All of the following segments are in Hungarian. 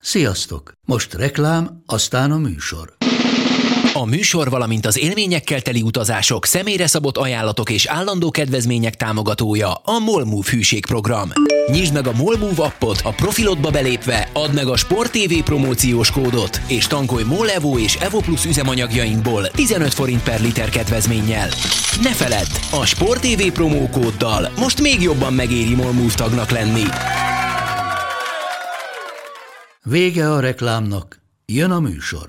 Sziasztok! Most reklám, aztán a műsor. A műsor, valamint az élményekkel teli utazások, személyre szabott ajánlatok és állandó kedvezmények támogatója a MOL Move hűségprogram. Nyisd meg a MOL Move appot, a profilodba belépve add meg a Sport TV promóciós kódot, és tankolj MOL Evo és Evo Plus üzemanyagjainkból 15 forint per liter kedvezménnyel. Ne feledd, a Sport TV promókóddal most még jobban megéri MOL Move tagnak lenni. Vége a reklámnak, jön a műsor.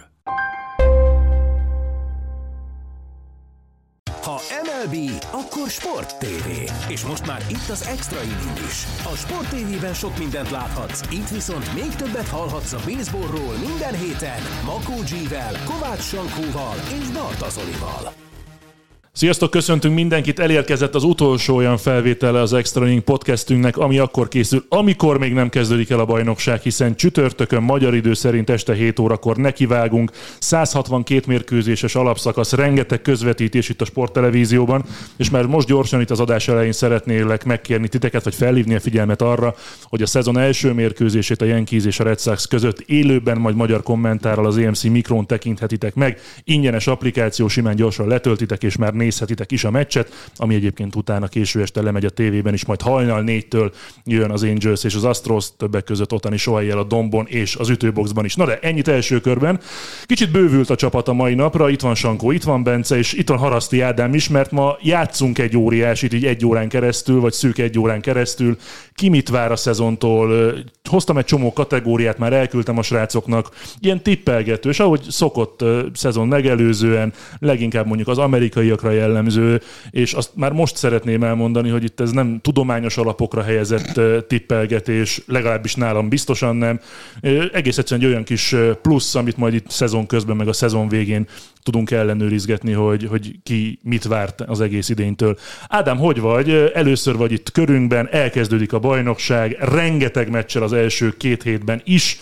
Ha MLB, akkor Sport TV. És most már itt az Extra Inning is. A Sport TV-ben sok mindent láthatsz, itt viszont még többet hallhatsz a baseballról minden héten Makó G-vel, Kovács Sankóval és Barta Zolival. Sziasztok, köszöntünk mindenkit, elérkezett az utolsó olyan felvétele az Extra Inning podcastünknek, ami akkor készül, amikor még nem kezdődik el a bajnokság, hiszen csütörtökön magyar idő szerint este 7 órakor nekivágunk, 162 mérkőzéses alapszakasz, rengeteg közvetítés itt a sporttelevízióban, és már most gyorsan itt az adás elején szeretnélek megkérni titeket, vagy felhívni a figyelmet arra, hogy a szezon első mérkőzését a Yankees és a Red Sox között élőben, majd magyar kommentárral az EMC Mikron tekinthetitek meg, ingyenes applikáció, simán gyorsan letöltitek, és már nézhetitek is a meccset, ami egyébként utána késő este lemegy a tévében is, majd hajnal 4-től jön az Angels és az Astros, többek között Ohtani Shohei-jel a dombon és az ütőboxban is. Na de ennyit első körben. Kicsit bővült a csapat a mai napra, itt van Sankó, itt van Bence, és itt van Haraszti Ádám is, mert ma játszunk egy óriásit, így 1 órán keresztül, vagy szűk 1 órán keresztül. Ki mit vár a szezontól? Hoztam egy csomó kategóriát, már elküldtem a srácoknak, ilyen tippelgető, és ahogy szokott szezon megelőzően, leginkább mondjuk az amerikaiakra jellemző, és azt már most szeretném elmondani, hogy itt ez nem tudományos alapokra helyezett tippelgetés, legalábbis nálam biztosan nem. Egész egyszerűen egy olyan kis plusz, amit majd itt szezon közben, meg a szezon végén tudunk ellenőrizgetni, hogy ki mit várt az egész idénytől. Ádám, hogy vagy? Először vagy itt körünkben, elkezdődik a bajnokság, rengeteg meccsel az első 2 hétben is.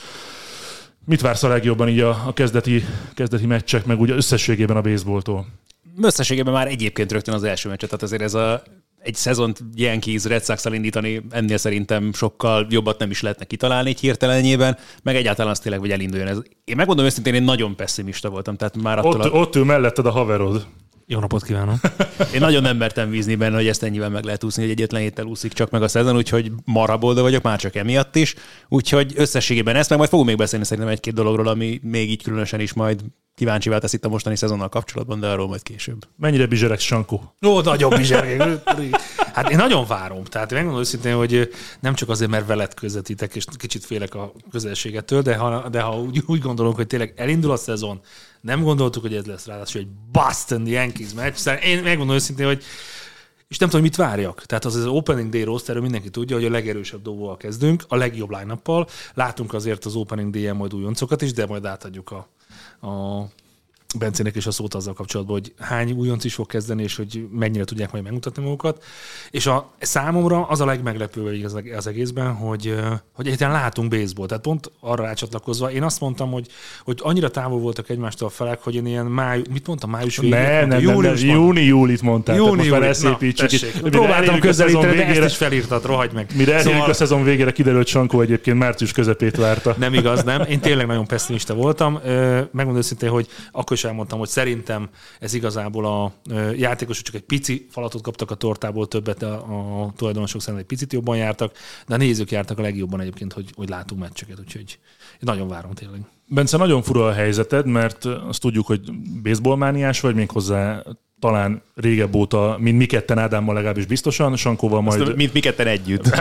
Mit vársz a legjobban így a kezdeti meccsek, meg ugye összességében a baseballtól? Összességében már egyébként rögtön az első meccset, tehát azért ez egy szezont Yankees Red Sox-szal indítani, ennél szerintem sokkal jobbat nem is lehetne kitalálni egy hirtelenjében, meg egyáltalán az tényleg, hogy elinduljon. Én megmondom őszintén, én nagyon pessimista voltam, tehát már attól ott ül melletted a haverod. Jó napot kívánok! Én nagyon nem mertem bízni benne, hogy ezt ennyivel meg lehet úszni, hogy egyetlen héttel úszik csak meg a szezon, úgyhogy marha boldog vagyok, már csak emiatt is. Úgyhogy összességében ezt, meg majd fogunk még beszélni szerintem 1-2 dologról, ami még így különösen is majd kíváncsivá tesz itt a mostani szezonnal kapcsolatban, de arról majd később. Mennyire bizsereg Sankó? Ó, nagyon bizsereg. Hát én nagyon várom. Tehát én megmondom őszintén, hogy nem csak azért, mert veled közvetítek, és kicsit félek a közelségettől, de ha úgy gondolunk, hogy tényleg elindul a szezon, nem gondoltuk, hogy ez lesz ráadásul egy Boston Yankees meccs. Szóval én megmondom őszintén, hogy és nem tudom, mit várjak. Tehát az Opening Day rosterről mindenki tudja, hogy a legerősebb dobóval kezdünk, a legjobb line-uppal. Látunk azért az Opening Day-en majd újoncokat is, de majd átadjuk a Bencének is a szót azzal kapcsolatban, hogy hány újonc is fog kezdeni, és hogy mennyire tudják majd megmutatni magukat. És számomra az a legmeglepőbb az egészben, hogy egyáltalán látunk baseball. Tehát pont arra rácsatlakozva, én azt mondtam, hogy annyira távol voltak egymástól a felek, hogy én ilyen május végén. Júni-júlit mondtál. Most már elszépítsük. Próbáltam közelíteni, de ezt is felírtad, rohagy meg. Mire elérjük a szezon végére, kiderült, Sankó egyébként március közepét várta. Nem igaz, nem. Én tényleg nagyon pessimista voltam. Megmondom őszintén, hogy akkor is elmondtam, hogy szerintem ez igazából a játékosok csak egy pici falatot kaptak a tortából, többet a tulajdonosok szerint egy picit jobban jártak, de a nézők jártak a legjobban egyébként, hogy látunk meccseket, úgyhogy nagyon várom tényleg. Bence, nagyon fura a helyzeted, mert azt tudjuk, hogy baseballmániás vagy, méghozzá talán régebb óta, mint mi ketten Ádámmal legalábbis biztosan, Sankóval majd... Azt, mint mi ketten együtt.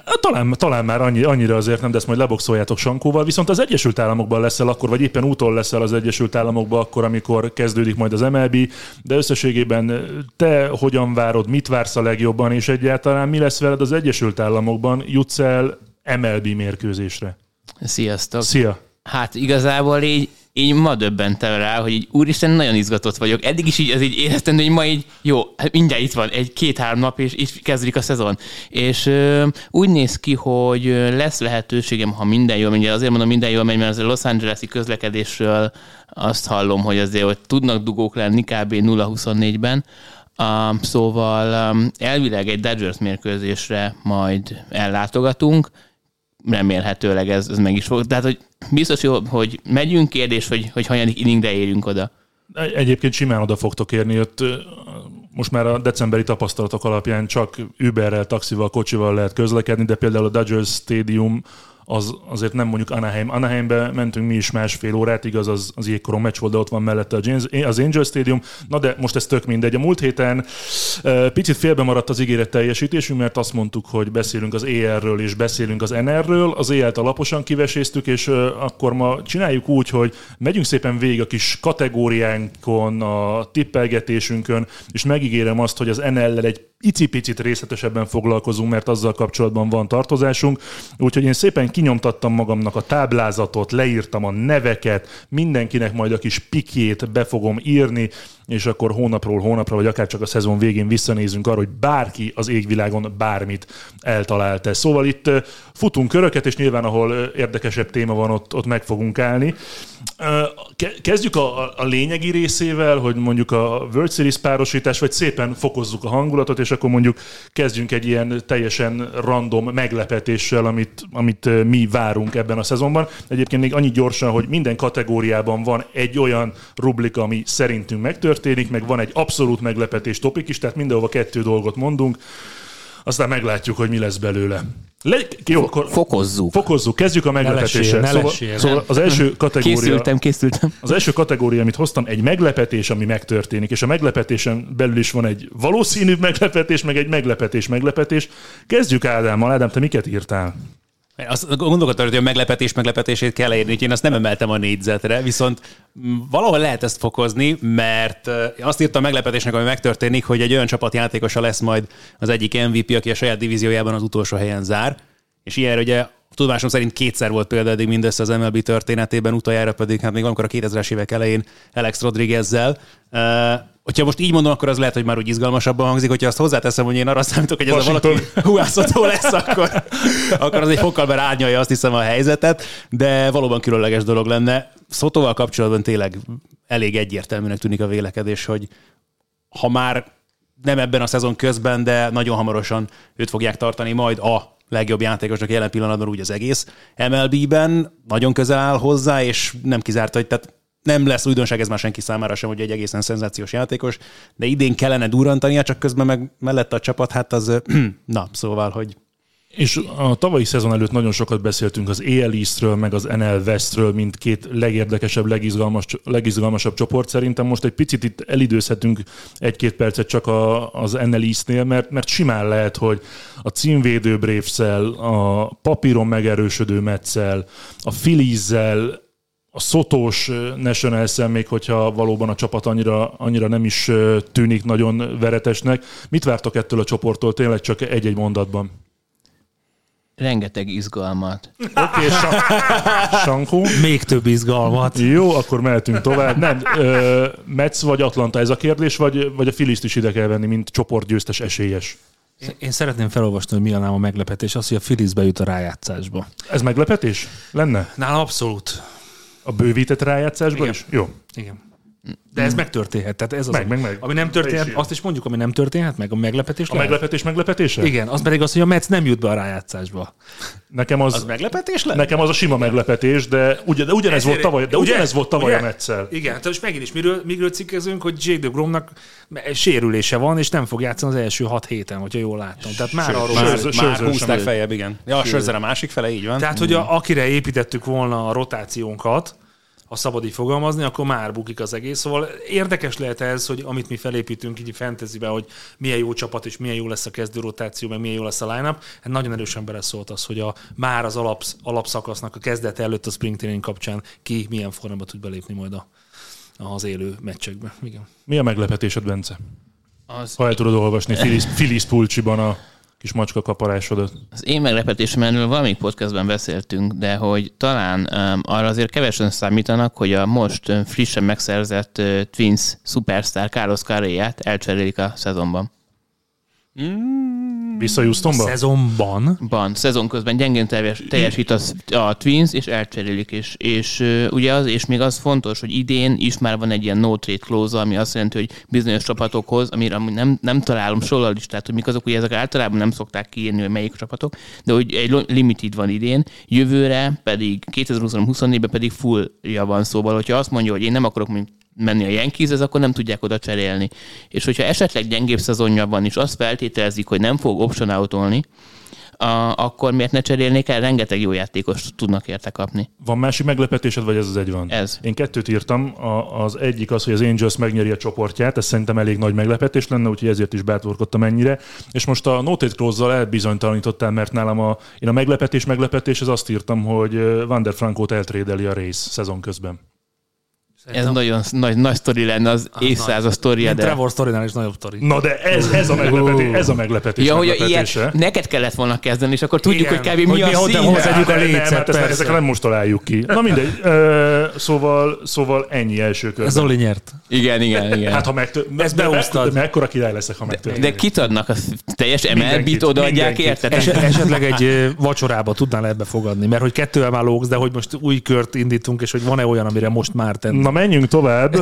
Talán már annyira azért nem, de ezt majd leboxoljátok Sankóval. Viszont az Egyesült Államokban leszel akkor, vagy éppen úton leszel az Egyesült Államokban akkor, amikor kezdődik majd az MLB, de összességében te hogyan várod, mit vársz a legjobban, és egyáltalán mi lesz veled az Egyesült Államokban? Jutsz el MLB mérkőzésre? Sziasztok! Szia! Hát igazából így ma döbbentem rá, hogy így úristen, nagyon izgatott vagyok. Eddig is így éreztem, hogy ma így jó, mindjárt itt van, 2-3 nap, és itt kezdődik a szezon. És úgy néz ki, hogy lesz lehetőségem, ha minden jól megy, azért mondom minden jól megy, mert az Los Angeles-i közlekedésről azt hallom, hogy azért hogy tudnak dugók lenni kb. 0-24-ben. Szóval elvileg egy Dodgers mérkőzésre majd ellátogatunk. remélhetőleg ez meg is fog. Tehát, hogy biztos jó, hogy megyünk, kérdés, hogy hanyadik inningre érünk oda. Egyébként simán oda fogtok érni, ott most már a decemberi tapasztalatok alapján csak Uberrel, taxival, kocsival lehet közlekedni, de például a Dodgers Stadium azért nem mondjuk Anaheim. Anaheimbe mentünk mi is 1,5 órát, igaz, az jégkorong meccs volt, de ott van mellette az Angel Stadium. Na de most ez tök mindegy. A múlt héten picit félbe maradt az ígéret teljesítésünk, mert azt mondtuk, hogy beszélünk az EL-ről és beszélünk az NL-ről. Az EL-t alaposan kiveséztük, és akkor ma csináljuk úgy, hogy megyünk szépen végig a kis kategóriánkon, a tippelgetésünkön, és megígérem azt, hogy az NL-lel egy icipicit részletesebben foglalkozunk, mert azzal kapcsolatban van tartozásunk. Úgyhogy én szépen kinyomtattam magamnak a táblázatot, leírtam a neveket, mindenkinek majd a kis pikjét be fogom írni, és akkor hónapról hónapra, vagy akár csak a szezon végén visszanézünk arra, hogy bárki az égvilágon bármit eltalált. Szóval itt futunk köröket, és nyilván ahol érdekesebb téma van, ott meg fogunk állni. Kezdjük a lényegi részével, hogy mondjuk a World Series párosítás, vagy szépen fokozzuk a hangulatot, és akkor mondjuk kezdjünk egy ilyen teljesen random meglepetéssel, amit mi várunk ebben a szezonban. Egyébként még annyit gyorsan, hogy minden kategóriában van egy olyan rubrika, ami szerintünk megtörténik, meg van egy abszolút meglepetés topik is, tehát mindenhova 2 dolgot mondunk, aztán meglátjuk, hogy mi lesz belőle. Jó, akkor fokozzuk. Kezdjük a meglepetéssel. Szóval az első kategória... Készültem. Az első kategória, amit hoztam, egy meglepetés, ami megtörténik, és a meglepetésen belül is van egy valószínű meglepetés, meg egy meglepetés. Kezdjük Ádámmal. Ádám, te miket írtál? Azt gondolkodtam, hogy a meglepetését kell leírni, hogy én azt nem emeltem a négyzetre, viszont valahol lehet ezt fokozni, mert azt írtam a meglepetésnek, ami megtörténik, hogy egy olyan csapatjátékosa lesz majd az egyik MVP, aki a saját divíziójában az utolsó helyen zár, és ilyenre ugye tudomásom szerint 2-szer volt példa eddig mindössze az MLB történetében, utoljára pedig hát még valamikor a 2000-es évek elején Alex Rodriguezzel. Hogyha most így mondom, akkor az lehet, hogy már úgy izgalmasabban hangzik, hogyha azt hozzáteszem, hogy én arra számítok, hogy ez a valaki húászható lesz, akkor az egy fokkal már árnyalja, azt hiszem, a helyzetet, de valóban különleges dolog lenne. Sotóval kapcsolatban tényleg elég egyértelműnek tűnik a vélekedés, hogy ha már nem ebben a szezon közben, de nagyon hamarosan őt fogják tartani majd a legjobb játékosnak jelen pillanatban úgy az egész MLB-ben, nagyon közel áll hozzá, és nem kizárt, hogy tehát nem lesz újdonság ez már senki számára sem, hogy egy egészen szenzációs játékos, de idén kellene durrantania, csak közben meg mellette a csapat, hát az, na, szóval, hogy... És a tavalyi szezon előtt nagyon sokat beszéltünk az AL Eastről, meg az NL Westről, mint 2 legérdekesebb, legizgalmasabb csoport. Szerintem most egy picit itt elidőzhetünk 1-2 percet csak az NL Eastnél, mert simán lehet, hogy a címvédő Braves-szel, a papíron megerősödő Metszel, a Phillies-zel, a szotós Nationals-szel, még hogyha valóban a csapat annyira nem is tűnik nagyon veretesnek. Mit vártok ettől a csoporttól tényleg csak egy-egy mondatban? Rengeteg izgalmat. Oké, Sankó. Még több izgalmat. Jó, akkor mehetünk tovább. Nem, Mets vagy Atlanta ez a kérdés, vagy a Phillies-t is ide kell venni, mint csoportgyőztes esélyes? Én szeretném felolvasni, hogy mi a nálam a meglepetés, az, hogy a Phillies bejut a rájátszásba. Ez meglepetés lenne? Nálam abszolút. A bővített rájátszásban is? Jó. Igen. De ez megtörténhet. Tehát ez az, meg. Ami nem történhet, azt is mondjuk, ami nem történhet, meg a meglepetés lehet. A meglepetés meglepetése? Igen, az pedig az, hogy a Mets nem jut be a rájátszásba. Nekem az meglepetés lehet? Nekem az a sima meglepetés, de ugyanez volt tavaly, ugyanez volt tavaly a Metszel. Igen, tehát most megint is miről cikkezünk, hogy Jake DeGromnak sérülése van, és nem fog játszani az első 6 héten, hogyha jól láttam. Tehát már arról már húzták feljebb, igen. Ja, a Scherzer a másik fele, így van. Tehát, hogy akire építettük volna a rotációnkat, ha szabad így fogalmazni, akkor már bukik az egész. Szóval érdekes lehet ez, hogy amit mi felépítünk így fantasybe, hogy milyen jó csapat, és milyen jó lesz a kezdő rotáció, meg milyen jó lesz a line-up. Hát nagyon erősen beleszólt az, hogy már az alapszakasznak a kezdete előtt a spring training kapcsán ki milyen formában tud belépni majd az élő meccsekbe. Igen. Mi a meglepetésed, Bence? Ha el tudod olvasni Phillies Pulcsiban a kis macska kaparásodat. Az én meglepetésemmel valamelyik podcastben beszéltünk, de hogy talán arra azért kevesen számítanak, hogy a most frissen megszerzett Twins szupersztár Carlos Correát elcserélik a szezonban. Vissza Houstonba? Szezonban? Szezon közben gyengén teljesít a Twins, és elcserélik. És ugye és még az fontos, hogy idén is már van egy ilyen no trade clause, ami azt jelenti, hogy bizonyos csapatokhoz, amire nem találom soha a listát, hogy mik azok, ugye ezek általában nem szokták kiírni, hogy melyik csapatok, de hogy egy limited van idén, jövőre pedig 2024-ben pedig fullja van, szóval, hogyha azt mondja, hogy én nem akarok menni a Yankeeshez, akkor nem tudják oda cserélni. És hogyha esetleg gyengébb szezonja van, és azt feltételezik, hogy nem fog option outolni, akkor miért ne cserélnék el? Rengeteg jó játékost tudnak érte kapni. Van másik meglepetésed, vagy ez az egy van? Ez. Én 2 írtam. Az egyik az, hogy az Angels megnyeri a csoportját, ez szerintem elég nagy meglepetés lenne, úgyhogy ezért is bátorkodtam ennyire. És most a no trade clause-zal elbizonytalanítottál, mert nálam én a meglepetés, az azt írtam, hogy Wander Francót eltrédeli a Rays szezon közben. Ez nagyon nagy sztori lenne, az évszázad sztoria. De Trevor sztorinál is nagyobb sztori. Na de ez a meglepetés. Ja, hogy meglepetése. Neked kellett volna kezdeni, és akkor tudjuk, Igen, hogy kb. Mi a szín. Hozzáadjuk a lécet, ezeket nem most találjuk ki. Na mindegy. Szóval ennyi első körben. Ez Zoli nyert. Igen. Hát ha ezt beúsztad. mekkora király leszek, ha megtörténik. De kit adnak? A teljes MLB-t odaadják, érted? Esetleg egy vacsorába tudnál ebbe fogadni, mert hogy 2-vel már lógsz, de hogy most új kört indítunk, és hogy van-e olyan, amire most már tenni. Na menjünk tovább.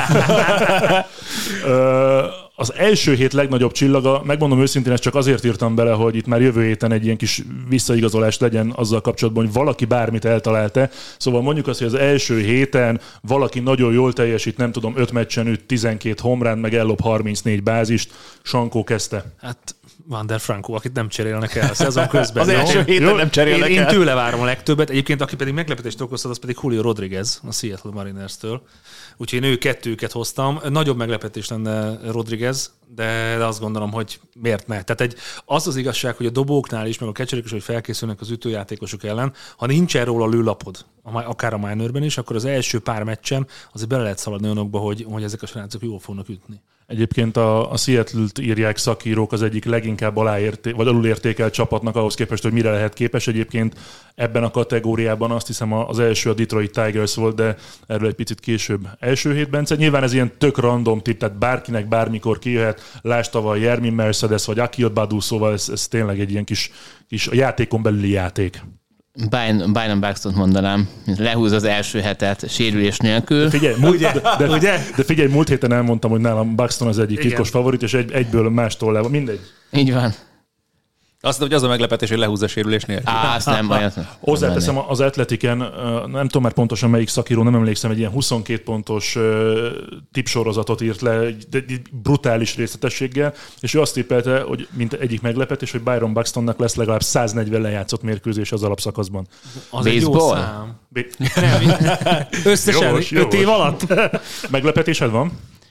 Az első hét legnagyobb csillaga, megmondom őszintén, ezt csak azért írtam bele, hogy itt már jövő héten egy ilyen kis visszaigazolás legyen azzal kapcsolatban, hogy valaki bármit eltalálta. Szóval mondjuk azt, hogy az első héten valaki nagyon jól teljesít, nem tudom, 5 meccsen üt 12 home run, meg ellob 34 bázist. Sankó kezdte. Hát Wander Franco, akit nem cserélnek el a szezon közben. Az első héten nem cserélnek el. Én tőle várom a legtöbbet. Egyébként, aki pedig meglepetést okozhat, az pedig Julio Rodriguez a Seattle Mariners-től. Úgyhogy én 2-ket hoztam. Nagyobb meglepetés lenne Rodriguez, de azt gondolom, hogy miért ne. Tehát az igazság, hogy a dobóknál is, meg a catcherek is, hogy felkészülnek az ütőjátékosok ellen, ha nincsen róla lőlapod, akár a minorben is, akkor az első pár meccsen azért bele lehet szaladni olyanokba, hogy ezek a srácok jól fognak ütni. Egyébként a Seattle-t írják szakírók az egyik leginkább alulértékelt csapatnak ahhoz képest, hogy mire lehet képes. Egyébként ebben a kategóriában azt hiszem az első a Detroit Tigers volt, de erről egy picit később. Első hét, Bence, nyilván ez ilyen tök random tipp, tehát bárkinek bármikor kijöhet. Lásd tavaly Yermin Mercedes vagy Akil Badu, szóval ez tényleg egy ilyen kis a játékon belüli játék. Byron Buxtont mondanám, lehúz az első hetet sérülés nélkül. De figyelj, múlt héten elmondtam, hogy nálam Buxton az egyik titkos favorit, és egyből más tollával, mindegy. Így van. Azt mondom, hogy az a meglepetés, hogy lehúzza sérülés nélkül. Azt nem baj. Hozzáteszem, az Athletiken, nem tudom már pontosan melyik szakíró, nem emlékszem, egy ilyen 22 pontos tipsorozatot írt le, egy brutális részletességgel, és ő azt tippelte, hogy mint egyik meglepetés, hogy Byron Buxtonnak lesz legalább 140 lejátszott mérkőzés az alapszakaszban. Az egy jó szám. Összesen 5 év alatt. Meglepetésed van?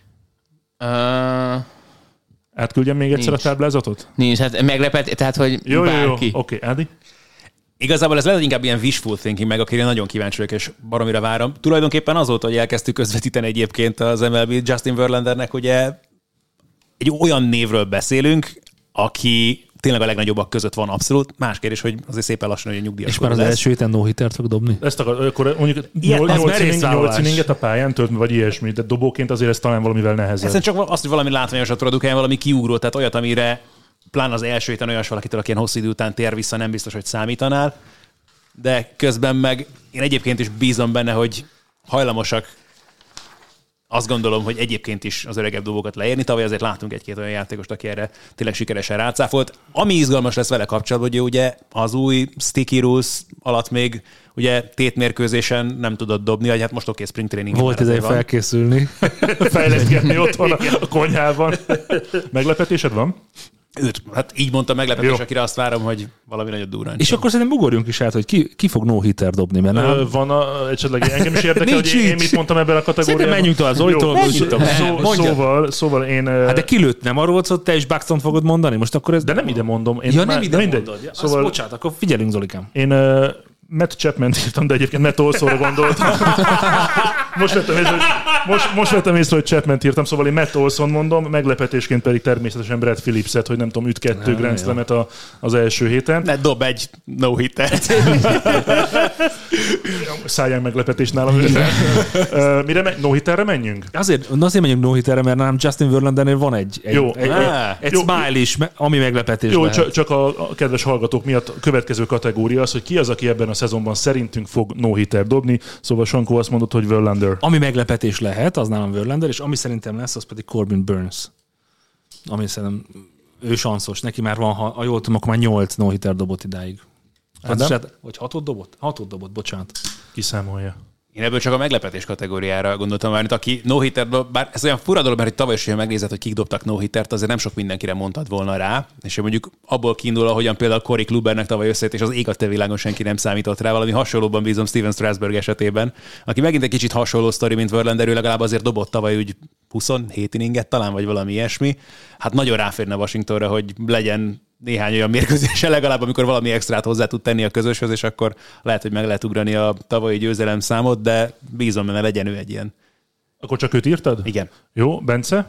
Átküldjem még egyszer a táblázatot? Nincs, hát meglepet, tehát hogy bárki. Jó, oké, Ádi? Igazából ez lehet inkább ilyen wishful thinking, meg akire nagyon kíváncsi vagyok, és baromira várom. Tulajdonképpen azóta, hogy elkezdtük közvetíteni egyébként az MLB Justin Verlandernek, ugye egy olyan névről beszélünk, aki tényleg a legnagyobbak között van abszolút. Más kérdés, hogy azért szépen lassan, hogy a nyugdíjas. És már az első héten no-hittert fog dobni? Ezt akkor mondjuk 8 inninget a pályán tölt, vagy ilyesmi, de dobóként azért ez talán valamivel nehezebb. Ez csak azt, hogy valami látványosat produkálni, valami kiugró, tehát olyat, amire pláne az első héten olyas valakitől, aki ilyen hosszú idő után tér vissza, nem biztos, hogy számítanál. De közben meg én egyébként is bízom benne, hogy hajlamosak. Azt gondolom, hogy egyébként is az öregebb dobókat leérni. Tavaly azért látunk egy-két olyan játékost, aki erre tényleg sikeresen rácáfolt. Ami izgalmas lesz vele kapcsolatban, hogy ugye az új sticky rules alatt még ugye tétmérkőzésen nem tudott dobni, vagy hát most oké, spring training. Volt ideje felkészülni. Fejleszgetni otthon a konyhában. Meglepetésed van? Őt, hát így mondta meglepetés, akire azt várom, hogy valami nagyon durrán. És akkor szerintem ugorjunk is át, hogy ki fog no-hitter dobni, mert nem... Van esetleg engem is érdekel, hogy én mit mondtam ebben a kategóriában. Szerintem menjünk tovább Zolitól. Szóval én... Hát de kilőtt, nem arról volt, te is Buxton fogod mondani? Most akkor ez... De nem ide mondom. Nem ide mondod. Szóval... Bocsánat, akkor figyelünk, Zolikám. Én Matt Chapman írtam, de egyébként Matt Olsonra gondoltam. Most vettem észre, hogy Most vettem észre, hogy Chapman-t írtam, szóval én Matt Olson mondom, meglepetésként pedig természetesen Brad Phillipset, hogy nem tudom, üt 2 Grand Slamet az első héten. Ne dob egy no-hittert. Száján meglepetés nálam. Mire no-hitterre menjünk? Azért menjünk no-hitterre, mert nálam Justin Verlandernél van egy smile is, ami meglepetés jó, lehet. Csak a kedves hallgatók miatt a következő kategória az, hogy ki az, aki ebben a szezonban szerintünk fog no-hitter dobni. Szóval Sankó azt mondott, hogy Verlander. Ami meglepetés lehet, az nálam Verlander, és ami szerintem lesz, az pedig Corbin Burns. Ami szerintem ő sanszos. Neki már van, ha jól tudom, akkor már 8 no-hitter dobott idáig. Vagy 6 dobott? 6 dobott, bocsánat. Kiszámolja. Én ebből csak a meglepetés kategóriára gondoltam már, aki no-hitter, bár ez olyan fura dolog, mert hogy tavaly is megnézett, hogy kik dobtak no-hittert, azért nem sok mindenkire mondtad volna rá, és mondjuk abból kiindul, ahogyan például Corey Klubernek tavaly összejött, és az ég a te világon senki nem számított rá, valami hasonlóban bízom Steven Strasburg esetében, aki megint egy kicsit hasonló sztori, mint Verlander, ő legalább azért dobott tavaly úgy 27 inninget talán, vagy valami ilyesmi. Hát nagyon ráférne Washingtonra, hogy legyen néhány olyan mérkőzése legalább, amikor valami extrát hozzá tud tenni a közöshöz, és akkor lehet, hogy meg lehet ugrani a tavalyi győzelem számot, de bízom benne, legyen ő egy ilyen. Akkor csak őt írtad? Igen. Jó, Bence?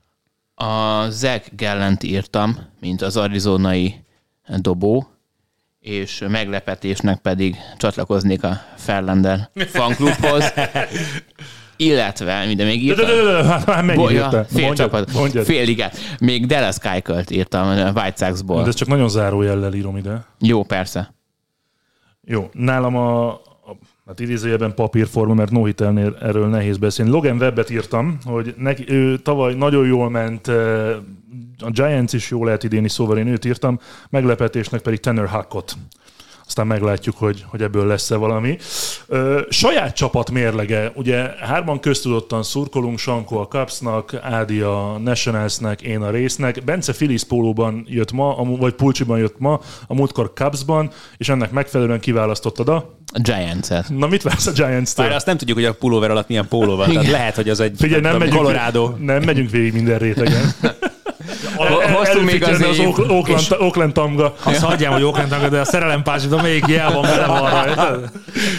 A Zach Gallent írtam, mint az arizonai dobó, és meglepetésnek pedig csatlakoznék a Verlander fanklubhoz. Illetve, minden még írtam. Mennyi írta? Fél csapat. Fél. Még Dallas Keuchelt írtam a White Sox-ból. De ez csak nagyon zárójellel írom ide. Jó, persze. Jó, nálam hát idézőjelben papírforma, mert no-hitelnél erről nehéz beszélni. Logan Webbet írtam, hogy ő tavaly nagyon jól ment, a Giants is jól lehet idéni, szóval én őt írtam, meglepetésnek pedig Tanner Hackot. Aztán meglátjuk, hogy ebből lesz-e valami. Saját csapat mérlege. Ugye 3 köztudottan szurkolunk, Sankó a Cubsnak, Ádi a Nationalsnek, én a Race-nek. Bence Phillies pólóban jött ma, vagy pulcsiban jött ma, a múltkor Cubsban, és ennek megfelelően kiválasztottad a Giants-et. Na mit vársz a Giants-től? Bár azt nem tudjuk, hogy a pulóver alatt milyen póló van. Tehát lehet, hogy az egy Figyelj, Colorado. Nem megyünk végig minden rétegen. Hoztunk még az Oakland tamga. Azt hagyjám, hogy Oakland tamga, de a szerelempázsit, melyik jel van bele van rajta.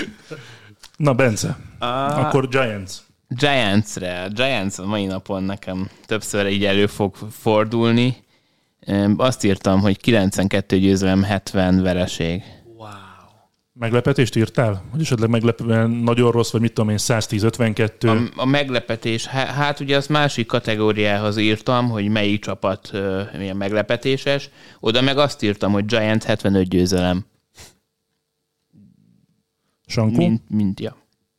Na, Bence, akkor Giants. Giants-re. A Giants a mai napon nekem többször így elő fog fordulni. Azt írtam, hogy 92 győzelem, 70 vereség. Meglepetést írtál? Hogy esetleg meglepően nagyon rossz, vagy mit tudom én, 110-52? A meglepetés, hát ugye azt másik kategóriához írtam, hogy melyik csapat milyen meglepetéses. Oda meg azt írtam, hogy Giants 75 győzelem. Sankó? Ja.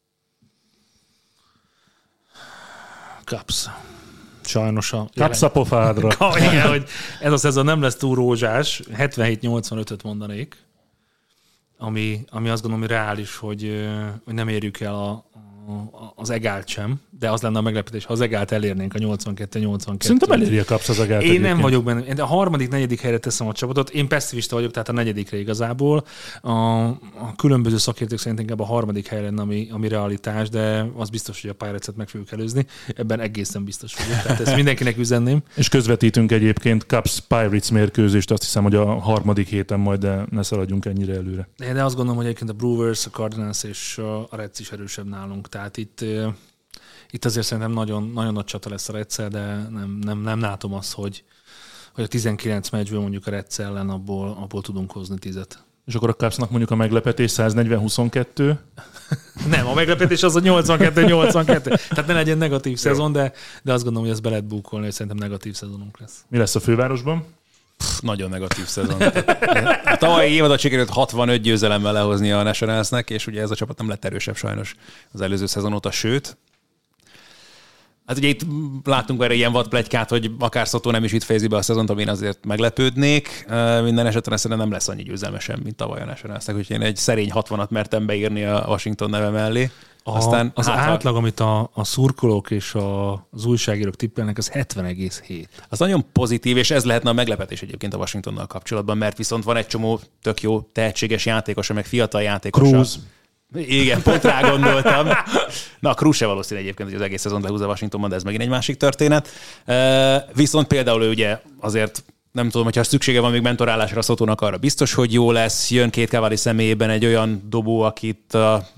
Cubs. Sajnos a... Cubs a pofádra. Igen, hogy ez a szezon nem lesz túl rózsás. 77-85-öt mondanék. Ami azt gondolom, hogy reális, hogy nem érjük el az egált sem, de az lenne a meglepetés, ha az egált elérnénk a 82-82. Szerintem eléri a Cubs az egált. Én nem vagyok benne. Én a harmadik, negyedik helyre teszem a csapatot. Én pessimista vagyok, tehát a negyedikre igazából. A különböző szakértők szerint inkább a harmadik hely lenne, ami realitás, de az biztos, hogy a Pirates-et meg fogjuk előzni. Ebben egészen biztos vagyok. Tehát ezt mindenkinek üzenném. És közvetítünk egyébként Cubs Pirates mérkőzést, azt hiszem, hogy a harmadik héten majd, de ne szaladjunk ennyire előre. De azt gondolom, hogy egyébként a Brewers, a Cardinals és a Reds is erősebb nálunk. Tehát itt azért szerintem nagyon, nagyon nagy csata lesz a Reds-szel, de nem látom azt, hogy a 19 meccsből mondjuk a Reds ellen abból tudunk hozni 10-et. És akkor a Cubsnak mondjuk a meglepetés 140-22? Nem, a meglepetés az a 82-82. Tehát ne legyen negatív szezon, de azt gondolom, hogy ezt be lehet búkolni, hogy szerintem negatív szezonunk lesz. Mi lesz a fővárosban? Nagyon negatív szezon. A tavalyi évadot sikerült 65 győzelemmel lehozni a Nationalsnek, és ugye ez a csapat nem lett erősebb sajnos az előző szezon óta, sőt. Hát ugye itt láttunk erre ilyen vadpletykát, hogy akár Soto nem is itt fejezi be a szezont, amin azért meglepődnék. Minden esetben szerintem nem lesz annyi győzelme sem, mint tavaly a Nationalsnek, úgyhogy én egy szerény 60-at mertem beírni a Washington neve mellé. Aztán az átlag, amit a szurkolók és az újságírók tippelnek, az 70,7. Az nagyon pozitív, és ez lehetne a meglepetés egyébként a Washingtonnal kapcsolatban, mert viszont van egy csomó tök jó tehetséges játékosa, meg fiatal játékosa. Cruz. Igen, pont rá gondoltam. Na, a Cruz se valószínű egyébként, hogy az egész szezon lehúzza Washingtonban, de ez megint egy másik történet. Viszont például ő ugye azért nem tudom, hogyha szüksége van még mentorálásra a Sotónak, arra biztos, hogy jó lesz. Jön két Cavalli személyében egy olyan dobó, akit a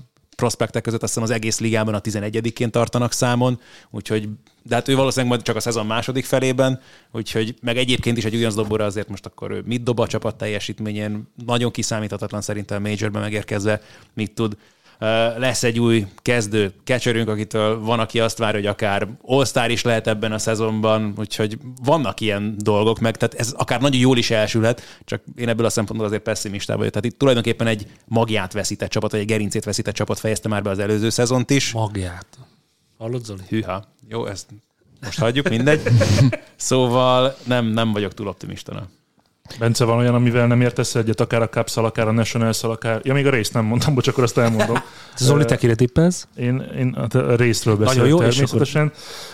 prospektek között, azt hiszem az egész ligában a 11-ként tartanak számon, úgyhogy, de hát ő valószínűleg majd csak a szezon második felében, úgyhogy meg egyébként is egy ugyanaz dobóra azért most akkor ő mit dob a csapat teljesítményén, nagyon kiszámíthatatlan szerintem a Majorben megérkezve, mit tud. Lesz egy új kezdő catcherünk, akitől van, aki azt várja, hogy akár All-Star is lehet ebben a szezonban, úgyhogy vannak ilyen dolgok meg, tehát ez akár nagyon jól is elsülhet, csak én ebből a szempontból azért pessimista vagyok. Tehát itt tulajdonképpen egy magját veszített csapat, vagy egy gerincét veszített csapat fejezte már be az előző szezont is. Magját. Hallod, Zoli? Hűha. Jó, ezt most hagyjuk, mindegy. Szóval nem vagyok túl optimista. Bence, van olyan, amivel nem értesz egyet, akár a Cubs-szal, akár a Nationals-szal, akár... Ja, még a részt nem mondtam, bocs, akkor azt elmondom. Zoli, te kire tippelsz? Én a részről beszélek jó, természetesen.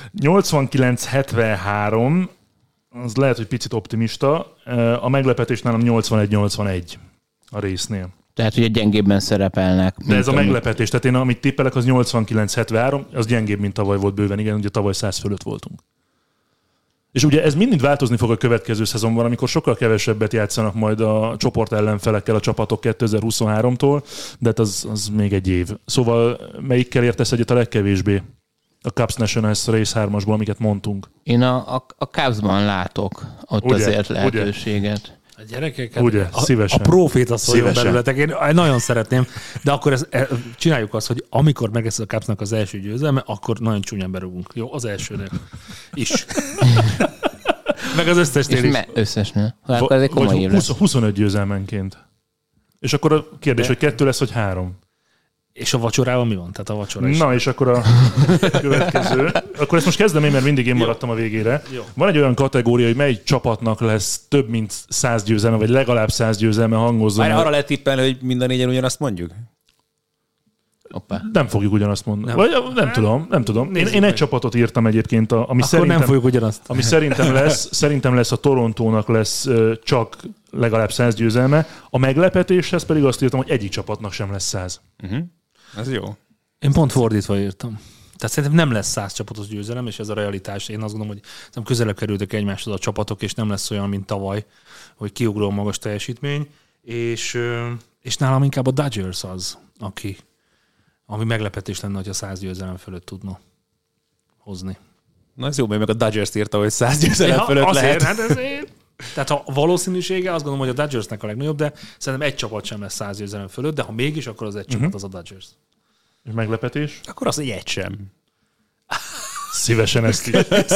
89-73, az lehet, hogy picit optimista. A meglepetés nálam 81-81 a résznél. Tehát ugye gyengébben szerepelnek. De ez a meglepetés, tehát én amit tippelek, az 89-73, az gyengébb, mint tavaly volt bőven, igen, ugye tavaly 100 fölött voltunk. És ugye ez mind változni fog a következő szezonban, amikor sokkal kevesebbet játszanak majd a csoport ellenfelekkel a csapatok 2023-tól, de hát az még egy év. Szóval melyikkel értesz egyet a legkevésbé? A Cubs Nationals Race 3-asból, amiket mondtunk. Én a Cubsban látok ott ugye, azért lehetőséget. Ugye? A gyerekeket, ugye, szívesen. A proféta szóljon belőletek. Én nagyon szeretném, de akkor csináljuk azt, hogy amikor meg lesz a Cubsnak az első győzelme, akkor nagyon csúnyán berúgunk. Jó, az elsőnek is. Meg az összesnél is. Összesnél. Akkor ez egy komoly év lesz. 25 győzelmenként. És akkor a kérdés, hogy 2 lesz, vagy 3. És a vacsorával mi van? Tehát a vacsora is. Na, és akkor a következő. Akkor ezt most kezdem én, mert mindig én maradtam a végére. Jó. Van egy olyan kategória, hogy mely csapatnak lesz több mint 100 győzelme, vagy legalább 100 győzelme, hangozzon. Már arra lehet tippelni, hogy mind a négyen ugyanazt mondjuk? Opa. Nem fogjuk ugyanazt mondani. Vagy nem tudom. Én egy csapatot írtam egyébként, ami nem fogjuk ugyanazt. Ami szerintem lesz a Torontónak lesz csak legalább 100 győzelme. A meglepetéshez pedig azt írtam, hogy egyik csapatnak sem lesz 100. Ez jó. Én pont fordítva írtam. Tehát szerintem nem lesz 100 csapatos győzelem, és ez a realitás. Én azt gondolom, hogy közelebb kerültek egymáshoz a csapatok, és nem lesz olyan, mint tavaly, hogy kiugró magas teljesítmény. És nálam inkább a Dodgers az, ami meglepetés lenne, hogy a 100 győzelem fölött tudna hozni. Na ez jó, mert meg a Dodgers írta, hogy 100 győzelem fölött azért, lehet. Hát ezért. Tehát a valószínűsége azt gondolom, hogy a Dodgersnek a legnagyobb, de szerintem egy csapat sem lesz 100 győzelem fölött, de ha mégis, akkor az egy csapat az a Dodgers. És meglepetés? Akkor az egy sem. Szívesen ezt is.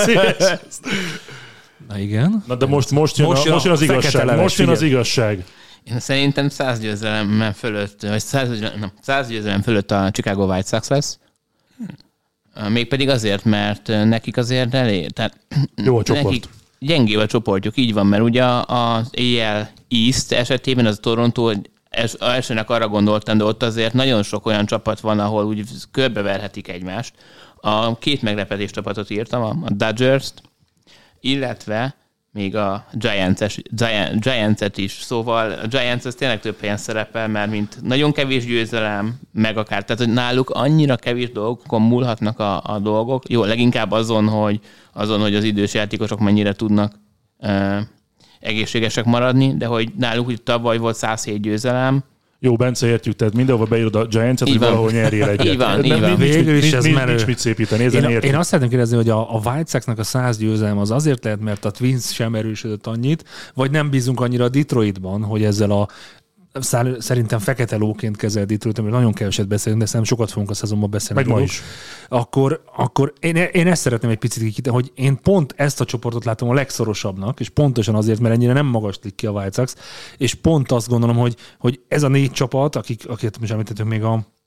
Na igen. Na de most jön az igazság. Most jön az igazság. Én szerintem 100 győzelem fölött, vagy 100 győzelem fölött a Chicago White Sox lesz. Mégpedig azért, mert nekik azért elég. Tehát jó a csoport. Nekik gyengébb a csoportjuk, így van, mert ugye az AL East esetében az a Toronto elsőnek arra gondoltam, de ott azért nagyon sok olyan csapat van, ahol úgy körbeverhetik egymást. A két meglepetés csapatot írtam, a Dodgers-t, illetve még a Giants-et is. Szóval a Giants az tényleg több helyen szerepel, mert mint nagyon kevés győzelem, meg akár, tehát hogy náluk annyira kevés dolgokon múlhatnak a dolgok. Jó, leginkább azon, hogy az idős játékosok mennyire tudnak egészségesek maradni, de hogy náluk úgy tavaly volt 107 győzelem. Jó, Bence, értjük, tehát mindenhol beírod a Giants-et, hogy valahol nyerjél egyet. Így van. Végül is ez menő. Nincs mit szépíteni, én azt szeretném kérdezni, hogy a White Sox-nak a 100 győzelem az azért lehet, mert a Twins sem erősödött annyit, vagy nem bízunk annyira a Detroitban, hogy ezzel a szerintem fekete lóként kezelt Detroit, amiről nagyon keveset beszélünk, de szerintem sokat fogunk a szezonban beszélni. Meg ma is. Akkor én ezt szeretném egy picit kikíteni, hogy én pont ezt a csoportot látom a legszorosabbnak, és pontosan azért, mert ennyire nem magaslik ki a White Sox, és pont azt gondolom, hogy ez a 4 csapat, akiket most említettünk még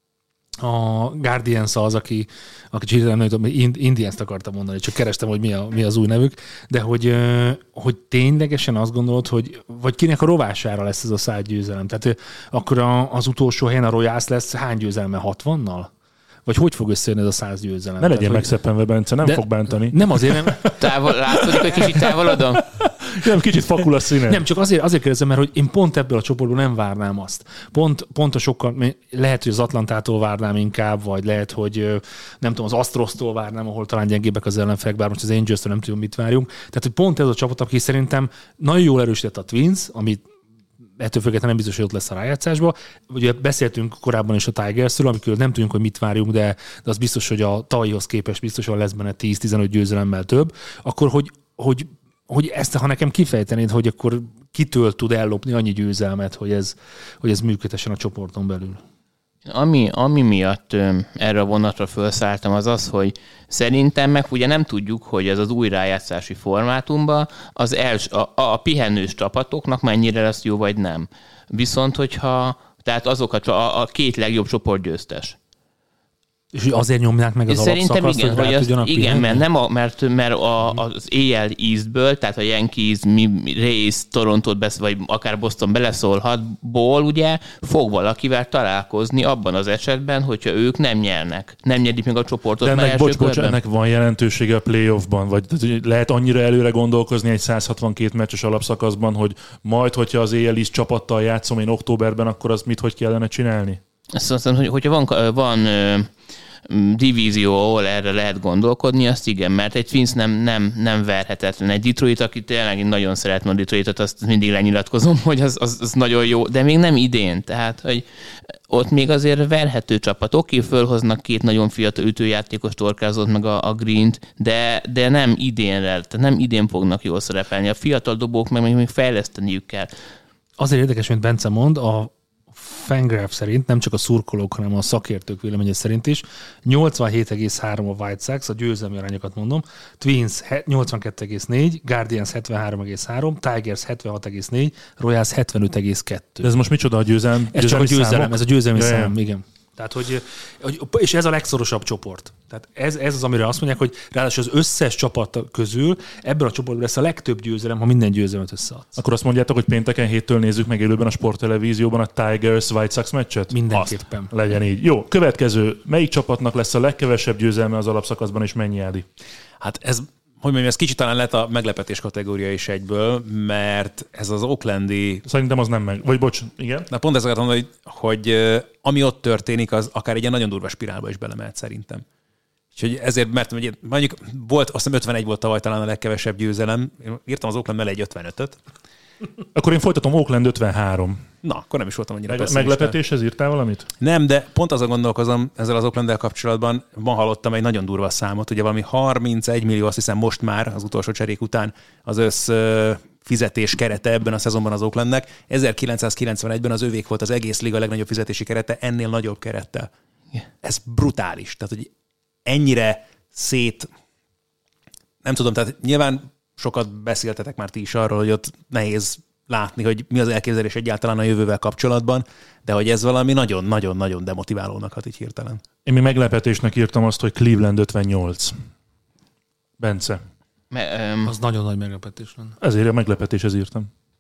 a Guardians az, aki hirtelen nem tudom, Indians-t akartam mondani, csak kerestem, hogy mi az új nevük, de hogy ténylegesen azt gondolod, hogy vagy kinek a rovására lesz ez a 100 győzelem. Tehát akkor az utolsó helyen a Royals lesz hány győzelme, 60-nal? Vagy hogy fog összejönni ez a 100 győzelem? Ne legyen megszeppenve, Bence, nem fog bántani. Nem azért nem. Látszódik, hogy kicsit távolodom? Nem, kicsit fakul a színe. Nem, csak azért kérdezem, mert hogy én pont ebből a csoportból nem várnám azt. Pont a sokkal, lehet, hogy az Atlantától várnám inkább, vagy lehet, hogy nem tudom, az Astrostól várnám, ahol talán gyengébbek az ellenfelek, bár most az Angels-től nem tudom, mit várjunk. Tehát, hogy pont ez a csapat, aki szerintem nagyon jól erősített a Twins, amit ettől függetlenül nem biztos, hogy ott lesz a rájátszásba. Ugye beszéltünk korábban is a Tigersről, amikor nem tudjuk, hogy mit várjunk, de az biztos, hogy a tavalyihoz képest biztosan lesz benne 10-15 győzelemmel több. Akkor, hogy ezt, ha nekem kifejtenéd, hogy akkor kitől tud ellopni annyi győzelmet, hogy ez működhessen a csoporton belül? Ami miatt erre a vonatra felszálltam, az az, hogy szerintem meg ugye nem tudjuk, hogy ez az új rájátszási formátumban a pihenős csapatoknak mennyire lesz jó, vagy nem. Viszont, tehát azok a két legjobb csoportgyőztes. És azért nyomják meg az szerintem alapszakaszt, hogy igen, mert az AL Eastből, tehát a Yankees, Rays, Torontót vagy akár Boston beleszólhatból, ugye fog valakivel találkozni abban az esetben, hogyha ők nem nyernek. Nem nyerik meg a csoportot. De ennek van jelentősége a playoffban? Vagy lehet annyira előre gondolkozni egy 162 meccses alapszakaszban, hogy majd, hogyha az AL East csapattal játszom én októberben, akkor az hogy kellene csinálni? Azt mondom, hogyha van divízió, ahol erre lehet gondolkodni, azt igen, mert egy Twins nem verhetetlen. Egy Detroit, aki tényleg nagyon szeretem a Detroitot, azt mindig lenyilatkozom, hogy az nagyon jó, de még nem idén. Tehát, hogy ott még azért verhető csapat. Oké, fölhoznak két nagyon fiatal ütőjátékos, Torkázót meg a Greent, de nem idénre, tehát nem idén fognak jól szerepelni. A fiatal dobók meg még fejleszteniük kell. Azért érdekes, mint Bence mond, a Fangraph szerint, nem csak a szurkolók, hanem a szakértők véleménye szerint is, 87,3 a White Sox, a győzelmi arányokat mondom, Twins 82,4, Guardians 73,3, Tigers 76,4, Royals 75,2. De ez most micsoda a győzelem? Ez csak a győzelem, számok? ez a győzelmi szám, igen. Tehát, és ez a legszorosabb csoport. Tehát ez az, amire azt mondják, hogy ráadásul az összes csapat közül ebben a csoportban lesz a legtöbb győzelem, ha minden győzelmet összeadsz. Akkor azt mondjátok, hogy pénteken 7-től nézzük meg élőben a sporttelevízióban a Tigers White Sox meccset? Mindenképpen. Azt legyen így. Jó, következő. Melyik csapatnak lesz a legkevesebb győzelme az alapszakaszban, és mennyi, Ádi? Hát ez kicsit talán lett a meglepetés kategória is egyből, mert ez az oaklandi... Szerintem az nem meg. Vagy bocs, igen? Na pont ezt akartam mondani, hogy ami ott történik, az akár egy ilyen nagyon durva spirálba is belemehet szerintem. Úgyhogy ezért, mert mondjuk volt, azt hiszem 51 volt tavaly talán a legkevesebb győzelem. Én írtam az Oakland mellé egy 55-öt. Akkor én folytatom, Oakland 53. Na, akkor nem is voltam annyira pessimista. Meglepetéshez írtál valamit? Nem, de pont azon gondolkozom ezzel az Oaklanddel kapcsolatban. Ma hallottam egy nagyon durva számot, ugye valami 31 millió, azt hiszem most már az utolsó cserék után az össz fizetés kerete ebben a szezonban az Oaklandnek. 1991-ben az övék volt az egész liga legnagyobb fizetési kerete, ennél nagyobb kerettel. Ez brutális. Tehát, hogy ennyire nem tudom, tehát nyilván sokat beszéltetek már ti is arról, hogy ott nehéz látni, hogy mi az elképzelés egyáltalán a jövővel kapcsolatban, de hogy ez valami nagyon-nagyon-nagyon demotiválónak hat így hirtelen. Én még meglepetésnek írtam azt, hogy Cleveland 58. Bence. Az nagyon nagy meglepetés lenne. Ezért a meglepetéshez írtam.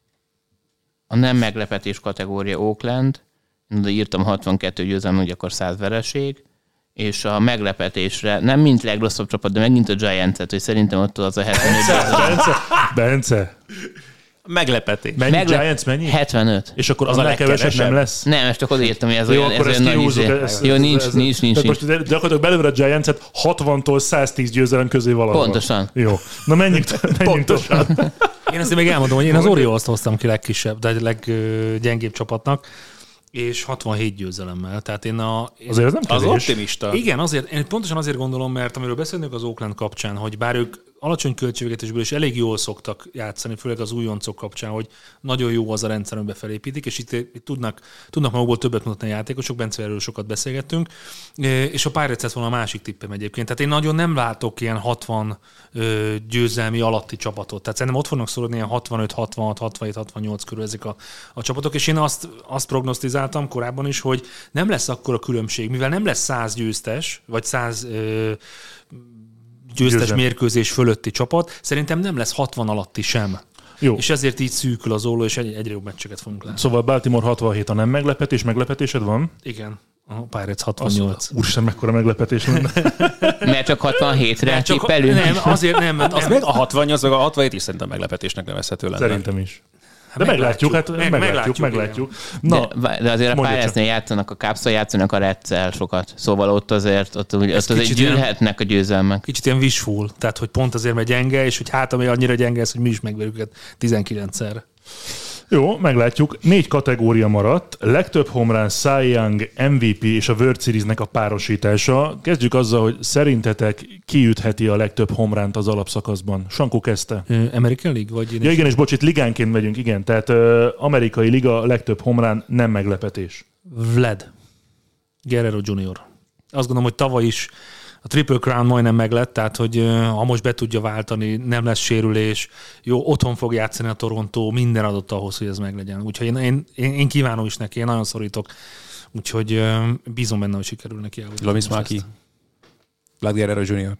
A nem meglepetés kategória Oakland, de írtam 62 győzelem, hogy akkor 100 vereség, és a meglepetésre, nem mint legrosszabb csapat, de megint a Giants-et, hogy szerintem ott az a 75. Bence. Meglepetés. Mennyi Giants, mennyi? 75. És akkor az a legkevesebb nem lesz? Nem, ezt csak odaírtam, hogy ez jó, olyan, ez olyan nagy izé. Jó, nincs. Tehát most gyakorlatilag belőle a Giants-et 60-tól 110 győzelem közé valahol. Pontosan. Jó. Na menjünk tovább. Én azért még elmondom, hogy én az Orioles-t hoztam ki legkisebb, de leggyengébb csapatnak, és 67 győzelemmel. Tehát azért ez nem kevés. Az optimista. Igen, én pontosan azért gondolom, mert amiről beszélünk az Oakland kapcsán, hogy bár ők alacsony költségvetésből is elég jól szoktak játszani, főleg az újoncok kapcsán, hogy nagyon jó az a rendszer, amiben felépítik, és itt tudnak magukból többet mutatni a játékosok, Bence, erről sokat beszélgettünk, és a Pirates lett volna a másik tippem egyébként. Tehát én nagyon nem látok ilyen 60 győzelmi alatti csapatot. Tehát szerintem ott fognak szorodni ilyen 65, 66, 67, 68 körül ezek a csapatok, és én azt prognosztizáltam korábban is, hogy nem lesz akkora különbség, mivel nem lesz 100 győztes, vagy 100 győztes mérkőzés fölötti csapat, szerintem nem lesz 60 alatti sem. Jó. És ezért így szűkül az olló, és egyre jobb meccseket fogunk látni. Szóval Baltimore 67 a nem meglepetésed van? Igen. A Pirates 68. Úristen, mekkora meglepetés lenne. Mert csak 67-re tippelünk. Nem, azért nem. Az meg a 68, meg a 67 is szerintem meglepetésnek nevezhető lenne. Szerintem is. De meglátjuk. Na, de azért a Pirates-nél játszanak, a Cubs-szal játszanak a Reds-el sokat. Szóval ott azért gyűlhetnek a győzelmek. Kicsit ilyen wishful, tehát hogy pont azért, mert gyenge, és hogy ami annyira gyenge ez, hogy mi is megverjük 19-szer. Jó, meglátjuk. 4 kategória maradt. Legtöbb home run, Cy Young, MVP és a World Series-nek a párosítása. Kezdjük azzal, hogy szerintetek ki ütheti a legtöbb home runt az alapszakaszban? Sankó kezdte. American League? Vagy Ja igen, és bocs, itt ligánként megyünk, igen. Tehát amerikai liga, legtöbb home run, nem meglepetés. Vlad. Guerrero Jr. Azt gondolom, hogy tavaly is a Triple Crown majdnem meglett, tehát hogy ha most be tudja váltani, nem lesz sérülés, jó, otthon fog játszani a Toronto, minden adott ahhoz, hogy ez meglegyen. Úgyhogy én kívánom is neki, én nagyon szorítok. Úgyhogy bízom benne, hogy sikerül neki elhozni. Lomis Maki. Vlad Guerrero Jr.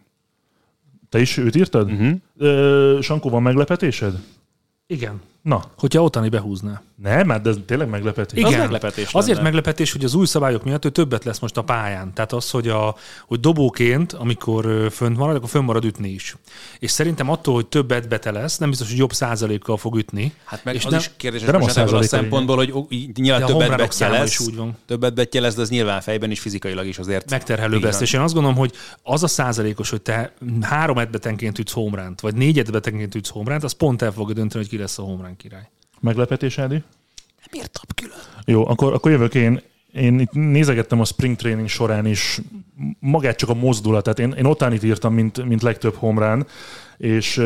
Te is őt írtad? Sankó, van meglepetésed? Igen. Na. Hogyha Otani behúzná. Nem, hát de ez tényleg meglepetés. Igen. Az meglepetés Azért lenne. meglepetés, hogy az új szabályok miatt ő többet lesz most a pályán. Tehát az, hogy dobóként, amikor fönt marad, akkor fönn marad ütni is. És szerintem attól, hogy több bete lesz, nem biztos, hogy jobb százalékkal fog ütni. Hát meg és az nem, is kérdéses, de nem a most ebből a százaléka szempontból, hogy nyilván de a többet home runok betje száma lesz, is úgy van. többet betje lesz, de az nyilván fejben is fizikailag is azért Megterhelőbb lesz. És én azt gondolom, hogy az a százalékos, hogy te 3 edbetenként ütsz home runt, vagy 4 edbetenként ütsz home runt, az pont el fogja dönteni, hogy ki lesz a home run király. Meglepetés, Ádi? Nem írtam külön. Jó, akkor jövök én. Én itt nézegettem a spring training során is magát csak a mozdulatát. Én Otanit írtam, mint legtöbb home run, és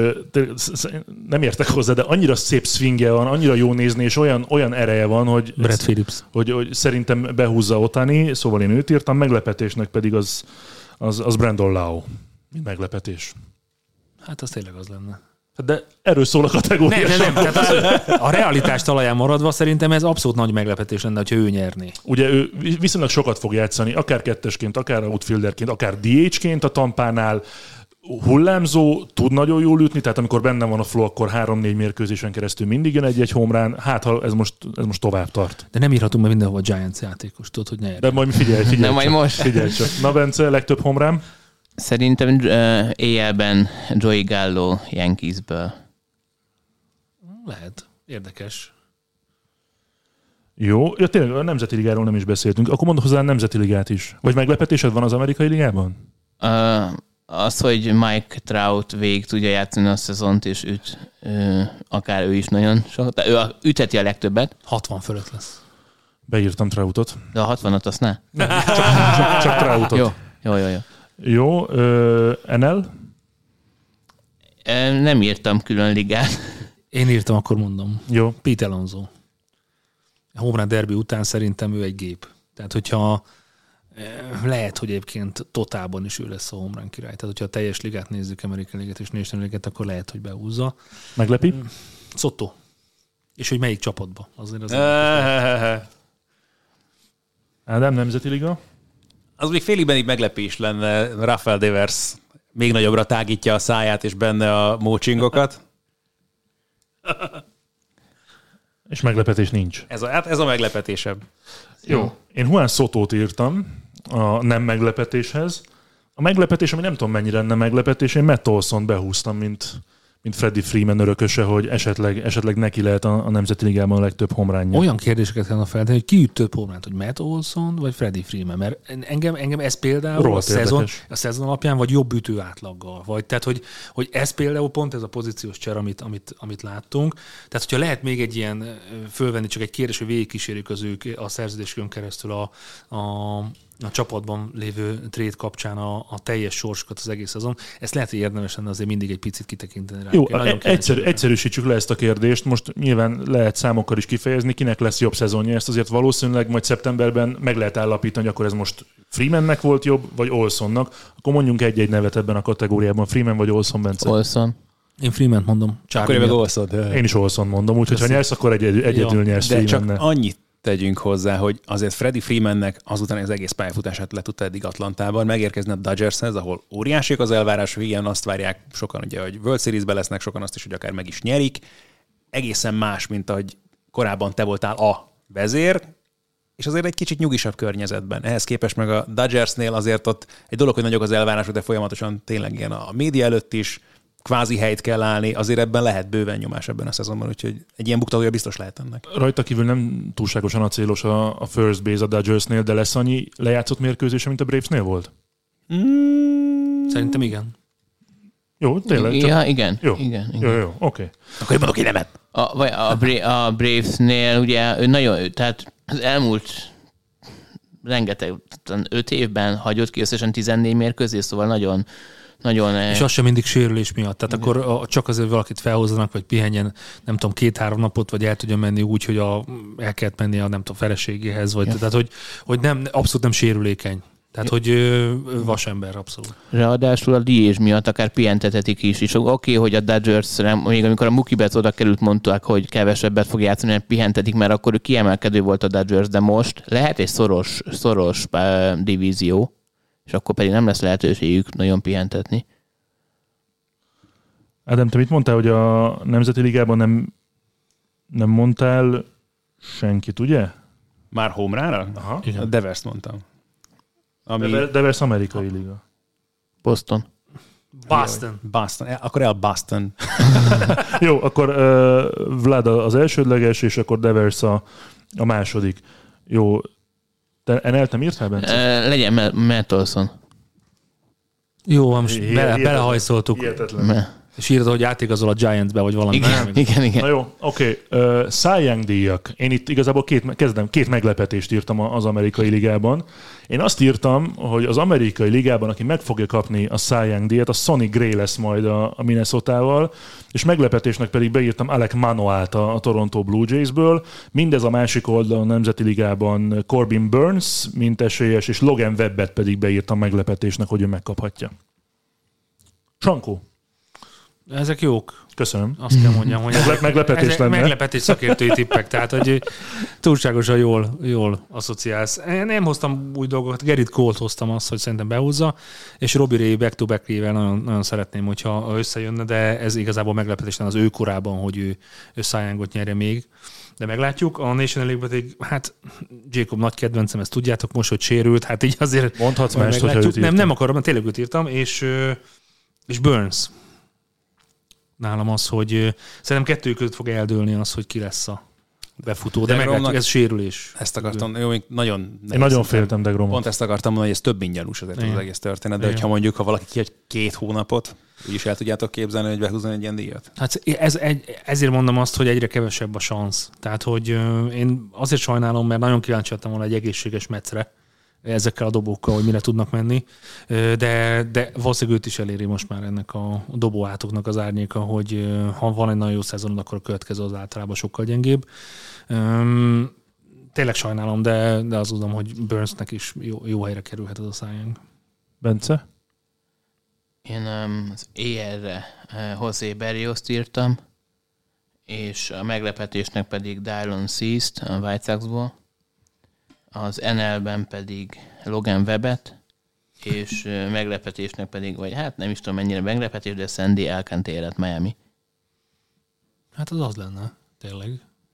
nem értek hozzá, de annyira szép swingje van, annyira jó nézni, és olyan ereje van, hogy, Brad Phillips. hogy szerintem behúzza Otani, szóval én őt írtam, meglepetésnek pedig az Brandon Lau. Mint meglepetés. Hát az tényleg az lenne. De erről szól a kategória. Nem. Tehát a realitás talaján maradva szerintem ez abszolút nagy meglepetés lenne, hogyha ő nyerné. Ugye ő viszonylag sokat fog játszani, akár kettesként, akár outfielderként, akár DH-ként a Tampánál, hullámzó, tud nagyon jól ütni, tehát amikor benne van a flow, akkor 3-4 mérkőzésen keresztül mindig jön egy home run, hát ha ez most tovább tart. De nem írhatunk be mindenhol Giants játékos, tudod, hogy ne De majd figyelj Nem, majd csak, most. figyelj csak. Na Bence, legtöbb home run? Szerintem éjjelben Joey Gallo Yankeesből. Lehet. Érdekes. Jó, ja, tényleg a Nemzeti Ligáról nem is beszéltünk. Akkor mondd hozzá a Nemzeti Ligát is. Vagy meglepetésed van az Amerikai Ligában? Az, hogy Mike Trout végig tudja játszani a szezont, és üt, akár ő is nagyon sok. De ő ütheti a legtöbbet, 60 fölött lesz. Beírtam Troutot. de a 60-at azt ne. Csak Troutot. Jó. Jó, NL? Nem írtam külön ligát. Én írtam, akkor mondom. Jó. Pete Alonso. A home run derby után szerintem ő egy gép. Tehát, hogyha lehet, hogy egyébként totálban is ő lesz a home run király. Tehát, hogyha a teljes ligát nézzük, Amerikai Ligát és National Ligát, akkor lehet, hogy behúzza. Meglepi? Soto. És hogy melyik csapatba? Azért az Ádám, Nemzeti Liga? Az még félig meddig meglepés lenne, Rafael Devers még nagyobbra tágítja a száját, és benne a mócsingokat. És meglepetés nincs. Ez a meglepetésebb. Jó. Én Juan Sotót írtam a nem meglepetéshez. A meglepetés, ami nem tudom mennyire lenne meglepetés, én Matt Olson behúztam, mint Freddie Freeman örököse, hogy esetleg neki lehet a Nemzeti Ligában a legtöbb home runja. olyan kérdéseket kellene feltenni, hogy ki üt több home runt, hogy Matt Olson vagy Freddie Freeman, mert engem ez például a szezon alapján vagy jobb ütő átlaggal, vagy tehát, hogy ez például pont ez a pozíciós cser, amit láttunk. Tehát, hogyha lehet még egy ilyen fölvenni, csak egy kérdés, hogy végigkísérjük az ők a szerződéskön keresztül a csapatban lévő trade kapcsán a teljes sorsukat az egész szezon. Ezt lehet, hogy érdemes lenne azért mindig egy picit kitekinteni rá. Jó, egyszerűsítsük le ezt a kérdést. Most nyilván lehet számokkal is kifejezni, kinek lesz jobb szezonja. Ezt azért valószínűleg majd szeptemberben meg lehet állapítani, hogy akkor ez most Freemannek volt jobb, vagy Olsonnak. Akkor mondjunk egy-egy nevet ebben a kategóriában. Freeman vagy Olson, Bence? Olson. Én Freeman mondom. Akkor én meg Olson. Én is Olson mondom, úgyhogy ha nyersz, akkor egyedül nyersz De csak Freemannel. annyit tegyünk hozzá, hogy azért Freddie Freemannek azután az egész pályafutását le tudta eddig Atlantában, megérkezni a Dodgershez, ahol óriásiak az elvárások, igen, azt várják sokan, ugye, hogy World Series-be lesznek, sokan azt is, hogy akár meg is nyerik. Egészen más, mint ahogy korábban te voltál a vezér, és azért egy kicsit nyugisabb környezetben. Ehhez képest meg a Dodgersnél azért ott egy dolog, hogy nagyok az elvárások, de folyamatosan tényleg ilyen a média előtt is kvázi helyt kell állni, azért ebben lehet bőven nyomás ebben a szezonban, úgyhogy egy ilyen buktatója biztos lehet ennek. Rajta kívül nem túlságosan acélos a first base a Dodgersnél, de lesz annyi lejátszott mérkőzése, mint a Bravesnél volt? Szerintem igen. Jó, tényleg. Ja, igen. Jó, igen. jó, oké. Akkor én mondok, én nemet. A Bravesnél ugye ő nagyon, tehát az elmúlt rengeteg, 5 évben hagyott ki összesen 14 mérkőzést, szóval nagyon És az sem mindig sérülés miatt. Tehát akkor csak azért valakit felhozzanak, vagy pihenjen, nem tudom, 2-3 napot, vagy el tudja menni úgy, hogy el kellett menni a nem tudom, feleségéhez, vagy tehát, hogy nem, abszolút nem sérülékeny. Tehát, hogy vasember abszolút. Ráadásul a Liège miatt akár pihentethetik is. És oké, hogy a Dodgers, még amikor a Mookie Betts oda került, mondták, hogy kevesebbet fog játszani, mert pihentetik, mert akkor ő kiemelkedő volt a Dodgers, de most lehet egy szoros divízió, és akkor pedig nem lesz lehetőségük nagyon pihentetni. Ádám, te mit mondtál, hogy a Nemzeti Ligában nem mondtál senkit, ugye? Már home-rára? Aha. A Devers mondtam. Devers amerikai liga. Boston. Boston. Akkor Boston. Jó, akkor Vlad az elsődleges, és akkor Devers a második. Jó. Te nem írtál, Bence? Legyen Matt Olson. Jó, most belehajszoltuk. Hihetetlen. És írta, hogy átigazol a Giantsbe, vagy valami. Igen. Na jó, oké. Cy Young díjak. Én itt igazából két meglepetést írtam az amerikai ligában. Én azt írtam, hogy az amerikai ligában, aki meg fogja kapni a Cy Young díjat, a Sonny Gray lesz majd a Minnesotával, és meglepetésnek pedig beírtam Alek Manoát a Toronto Blue Jaysből. Mindez a másik oldalon a Nemzeti Ligában Corbin Burns, mint esélyes, és Logan Webbet pedig beírtam meglepetésnek, hogy ő megkaphatja. Sankó. Ezek jók. Köszönöm. Azt kell mondjam, hogy meglepetés lenne. Meglepetés szakértői tippek, tehát hogy túlságosan jól asszociálsz. Én nem hoztam új dolgokat, Gerrit Cole-t hoztam azt, hogy szerintem behúzza, és Robbie Ray back-to-back-ével nagyon szeretném, hogyha összejönne, de ez igazából meglepetés lenne az ő korában, hogy ő Cy Youngot nyerje még. De meglátjuk. A National League-ben pedig, hát Jacob nagy kedvencem, ezt tudjátok most, hogy sérült, hát így azért mondhatsz mást, hogyha őt írtam. Nem akarom, tényleg őt írtam, és Burns. Nálam az, hogy szerintem 2 között fog eldőlni az, hogy ki lesz a befutó, de meglátjuk, ez sérülés. Ezt akartam, jó, én nagyon féltem DeGromot. Pont ezt akartam mondani, hogy ez több ingyanús azért az egész történet, de hogyha mondjuk, ha valaki kihagy 2 hónapot, úgyis el tudjátok képzelni, hogy behúzni egy ilyen díjat? Hát ezért mondom azt, hogy egyre kevesebb a szansz. Tehát, hogy én azért sajnálom, mert nagyon kíváncsi lettem volna egy egészséges meccre, ezekkel a dobókkal, hogy mire tudnak menni, de valószínűleg őt is eléri most már ennek a dobóátoknak az árnyéka, hogy ha van egy nagyon jó szezonod, akkor a következő az általában sokkal gyengébb. Tényleg sajnálom, de azt tudom, hogy Burnsnek is jó helyre kerülhet az a Cy Young. Bence? Én az ER-re José Berrioszt írtam, és a meglepetésnek pedig Dylan Cease-t a White Sox-ból, az NL-ben pedig Logan Webbet, és meglepetésnek pedig, vagy hát nem is tudom mennyire meglepetés, de Sandy Alcantara-t Miami. Hát az lenne, tényleg.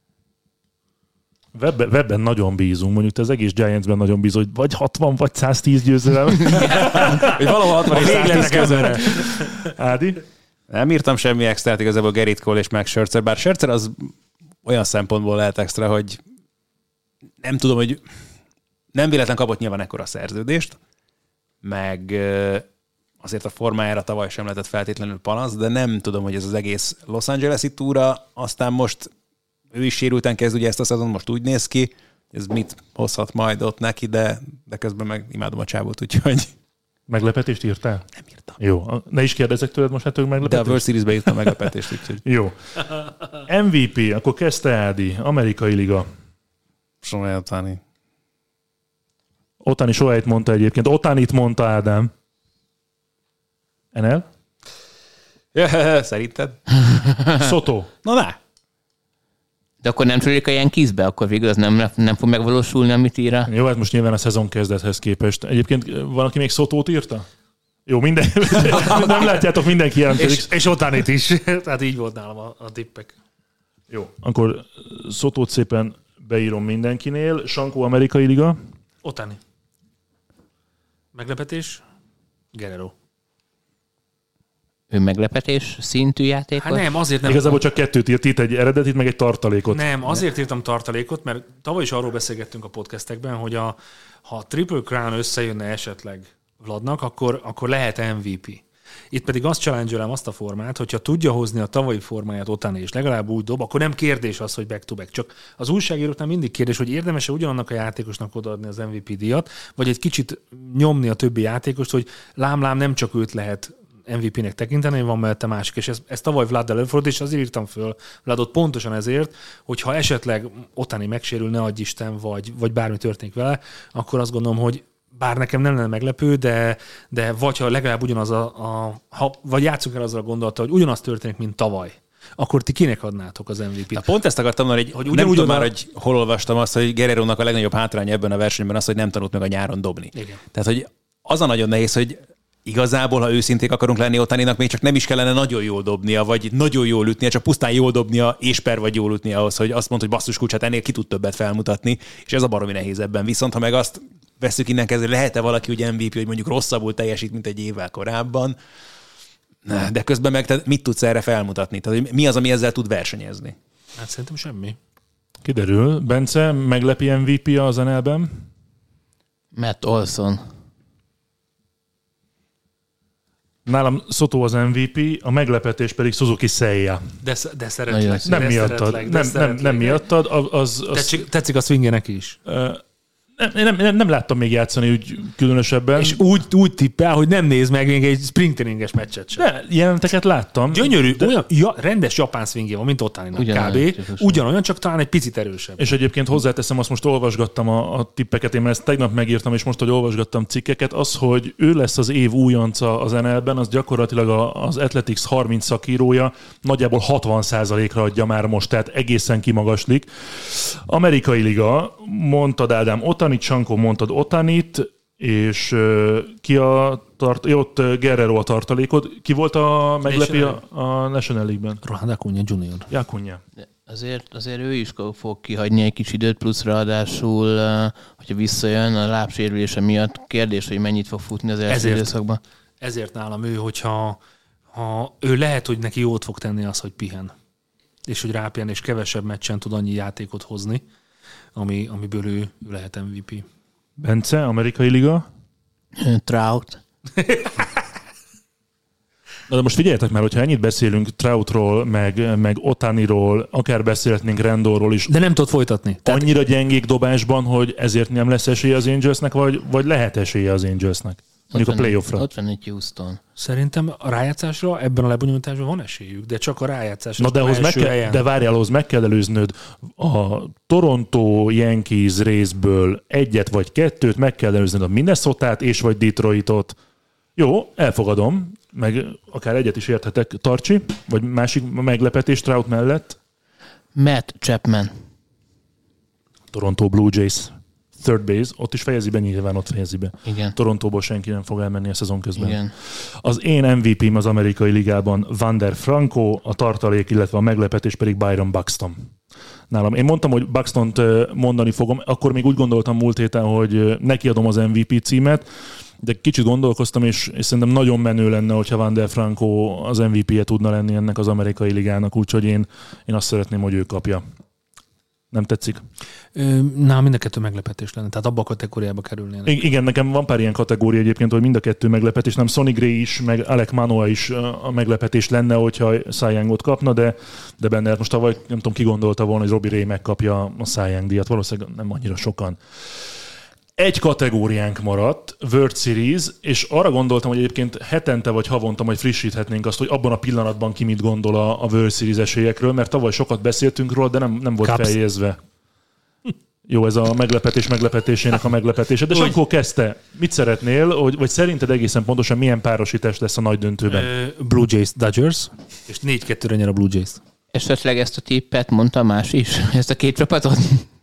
Webben nagyon bízunk, mondjuk te az egész Giantsben nagyon bízol, hogy vagy 60, vagy 110 győzelem. Hogy valahol 60 és 110 közben. Ádi? Nem írtam semmi extrát, igazából Gerrit Cole és Max Scherzer, bár Scherzer az olyan szempontból lehet extra, hogy nem tudom, hogy nem véletlen kapott nyilván ekkora szerződést, meg azért a formájára tavaly sem lehetett feltétlenül panasz, de nem tudom, hogy ez az egész Los Angeles-i túra, aztán most ő is sérülten kezd ugye ezt a szezon, most úgy néz ki, ez mit hozhat majd ott neki, de közben meg imádom a csávót, úgyhogy... Meglepetést írtál? Nem írtam. Jó, ne is kérdezek tőled most, hát ők meglepetést? De a World Series-be írtam meglepetést, úgyhogy... Jó. MVP, akkor kezdte Ádi, amerikai liga. Shohei Ohtani. Ohtani Shoheit mondta egyébként. Ohtanit mondta Ádám. NL? Szerinted? Soto. Na. De akkor nem csúlik a Yankeesbe? Akkor végül az nem fog megvalósulni, amit ír a... Jó, hát most nyilván a szezon kezdethez képest. Egyébként valaki még Sotót írta? Jó, nem látjátok, mindenki jelentkezik. És Ohtanit is. Tehát így volt nálam a tippek. Jó, akkor Sotót szépen beírom mindenkinél. Sankó, amerikai liga. Ohtani. Meglepetés? Guerrero. Ő meglepetés szintű játékos? Hát nem, azért nem. Igazából csak 2 írt, itt egy eredetit, meg egy tartalékot. Nem, azért írtam tartalékot, mert tavaly is arról beszélgettünk a podcastekben, hogy ha a Triple Crown összejönne esetleg Vladnak, akkor lehet MVP. Itt pedig azt challenge-elem azt a formát, hogyha tudja hozni a tavalyi formáját Otani, és legalább úgy dob, akkor nem kérdés az, hogy back-to-back. Csak az újságíróknál mindig kérdés, hogy érdemes-e ugyanannak a játékosnak odaadni az MVP díjat, vagy egy kicsit nyomni a többi játékost, hogy lám nem csak őt lehet MVP-nek tekinteni, van mellette másik. És ez tavaly Vlad előfordult, és azért írtam föl Vladot pontosan ezért, hogyha esetleg Otani megsérül, ne adj Isten, vagy bármi történik vele, akkor azt gondolom, hogy bár nekem nem lenne meglepő, de vagy ha legalább ugyanaz vagy játszunk el azzal a gondolattal, hogy ugyanaz történik, mint tavaly, akkor ti kinek adnátok az MVP-t? Na pont ezt akartam mondani, hogy nem tudom már, hogy hol olvastam azt, hogy Guerrerónak a legnagyobb hátránya ebben a versenyben az, hogy nem tanult meg a nyáron dobni. Igen. Tehát, hogy az a nagyon nehéz, hogy igazából, ha őszinték akarunk lenni, Otaninak még csak nem is kellene nagyon jól dobnia, vagy nagyon jól ütnie, csak pusztán jól dobnia, és vagy jól ütnie ahhoz, hogy azt mondta, hogy basszus kulcsát, ennél ki tud többet felmutatni, és ez a baromi nehéz ebben. Viszont ha meg azt veszük innen kezdve, lehet-e valaki ugye MVP, hogy mondjuk rosszabbul teljesít, mint egy évvel korábban, de közben meg te mit tudsz erre felmutatni? Tehát, hogy mi az, ami ezzel tud versenyezni? Hát szerintem semmi. Kiderül. Bence, meglepi MVP az NL-ben? Matt Olson. Nálam Soto az MVP, a meglepetés pedig Suzuki Seiya. De szeretlek. Nem miattad. Nem miattad. Tetszik a swingje neki is. Nem láttam még játszani úgy különösebben. És úgy tippel, hogy nem néz meg még egy springtraininges meccset sem. De jeleneteket láttam. Gyönyörű, olyan rendes japán swingje van, mint Otaninak kb. Ugyanolyan, csak talán egy picit erősebb. És egyébként hozzáteszem, azt most olvasgattam a tippeket, én ezt tegnap megírtam, és most, hogy olvasgattam cikkeket, az, hogy ő lesz az év újonca az NL-ben, az gyakorlatilag az Athletics 30 szakírója nagyjából 60%-ra adja már most, tehát egészen kimagaslik. Amerikai Liga, mondtad Ádám Otanit, Sankó mondtad Otanit, és ki ott Guerrero a tartalékod. Ki volt a meglepi a National League-ben? Ronald Acuna Junior. Acuna. Azért ő is fog kihagyni egy kis időt, plusz ráadásul, hogyha visszajön a lábsérülése miatt, kérdés, hogy mennyit fog futni az első időszakban. Ezért nálam ő, hogyha ő lehet, hogy neki jót fog tenni az, hogy pihen. És hogy rápihen, és kevesebb meccsen tud annyi játékot hozni, amiből ő lehet MVP. Bence, Amerikai Liga? Trout. Na de most figyeljetek már, hogyha ennyit beszélünk Troutról, meg Otaniról, akár beszélhetnénk Rendonról is. De nem tudod folytatni. Annyira gyengék dobásban, hogy ezért nem lesz esélye az Angelsnek, vagy lehet esélye az Angelsnek? Mondjuk a playoffra. Ott van egy Houston. Szerintem a rájátszásra ebben a lebonyolításban van esélyük, de csak a rájátszásra. Na de várjál, ahhoz meg kell előznöd a Toronto Yankees részből egyet vagy kettőt, meg kell előznöd a Minnesotát és vagy Detroitot. Jó, elfogadom, meg akár egyet is érthetek. Tarcsi, vagy másik meglepetés Trout mellett? Matt Chapman. Toronto Blue Jays. Third base, ott is fejezi be, nyilván ott fejezi be. Igen. Torontóból senki nem fog elmenni a szezon közben. Igen. Az én MVP-m az Amerikai Ligában Wander Franco, a tartalék, illetve a meglepetés pedig Byron Buxton. Nálam. Én mondtam, hogy Buxtont mondani fogom, akkor még úgy gondoltam múlt héten, hogy neki adom az MVP címet, de kicsit gondolkoztam, és szerintem nagyon menő lenne, hogyha Wander Franco az MVP-je tudna lenni ennek az Amerikai Ligának, úgyhogy én azt szeretném, hogy ő kapja. Nem tetszik? Nálam mind a kettő meglepetés lenne, tehát abba a kategóriába kerülnének. Igen, nekem van pár ilyen kategória egyébként, hogy mind a kettő meglepetés, nem Sonny Gray is, meg Alek Manoah is a meglepetés lenne, hogyha Cy Youngot kapna, de benne most tavaly nem tudom, ki gondolta volna, hogy Robbie Ray megkapja a Cy Young díjat, valószínűleg nem annyira sokan. Egy kategóriánk maradt, World Series, és arra gondoltam, hogy egyébként hetente vagy havonta majd frissíthetnénk azt, hogy abban a pillanatban ki mit gondol a World Series esélyekről, mert tavaly sokat beszéltünk róla, de nem volt feljegyezve. Jó, ez a meglepetés meglepetésének a meglepetése. De Sankó kezdte. Mit szeretnél, vagy szerinted egészen pontosan milyen párosítás lesz a nagy döntőben? Blue Jays Dodgers, és 4-2-re nyer a Blue Jays. Esetleg ezt a tippet mondta más is? Ezt a két csapatot?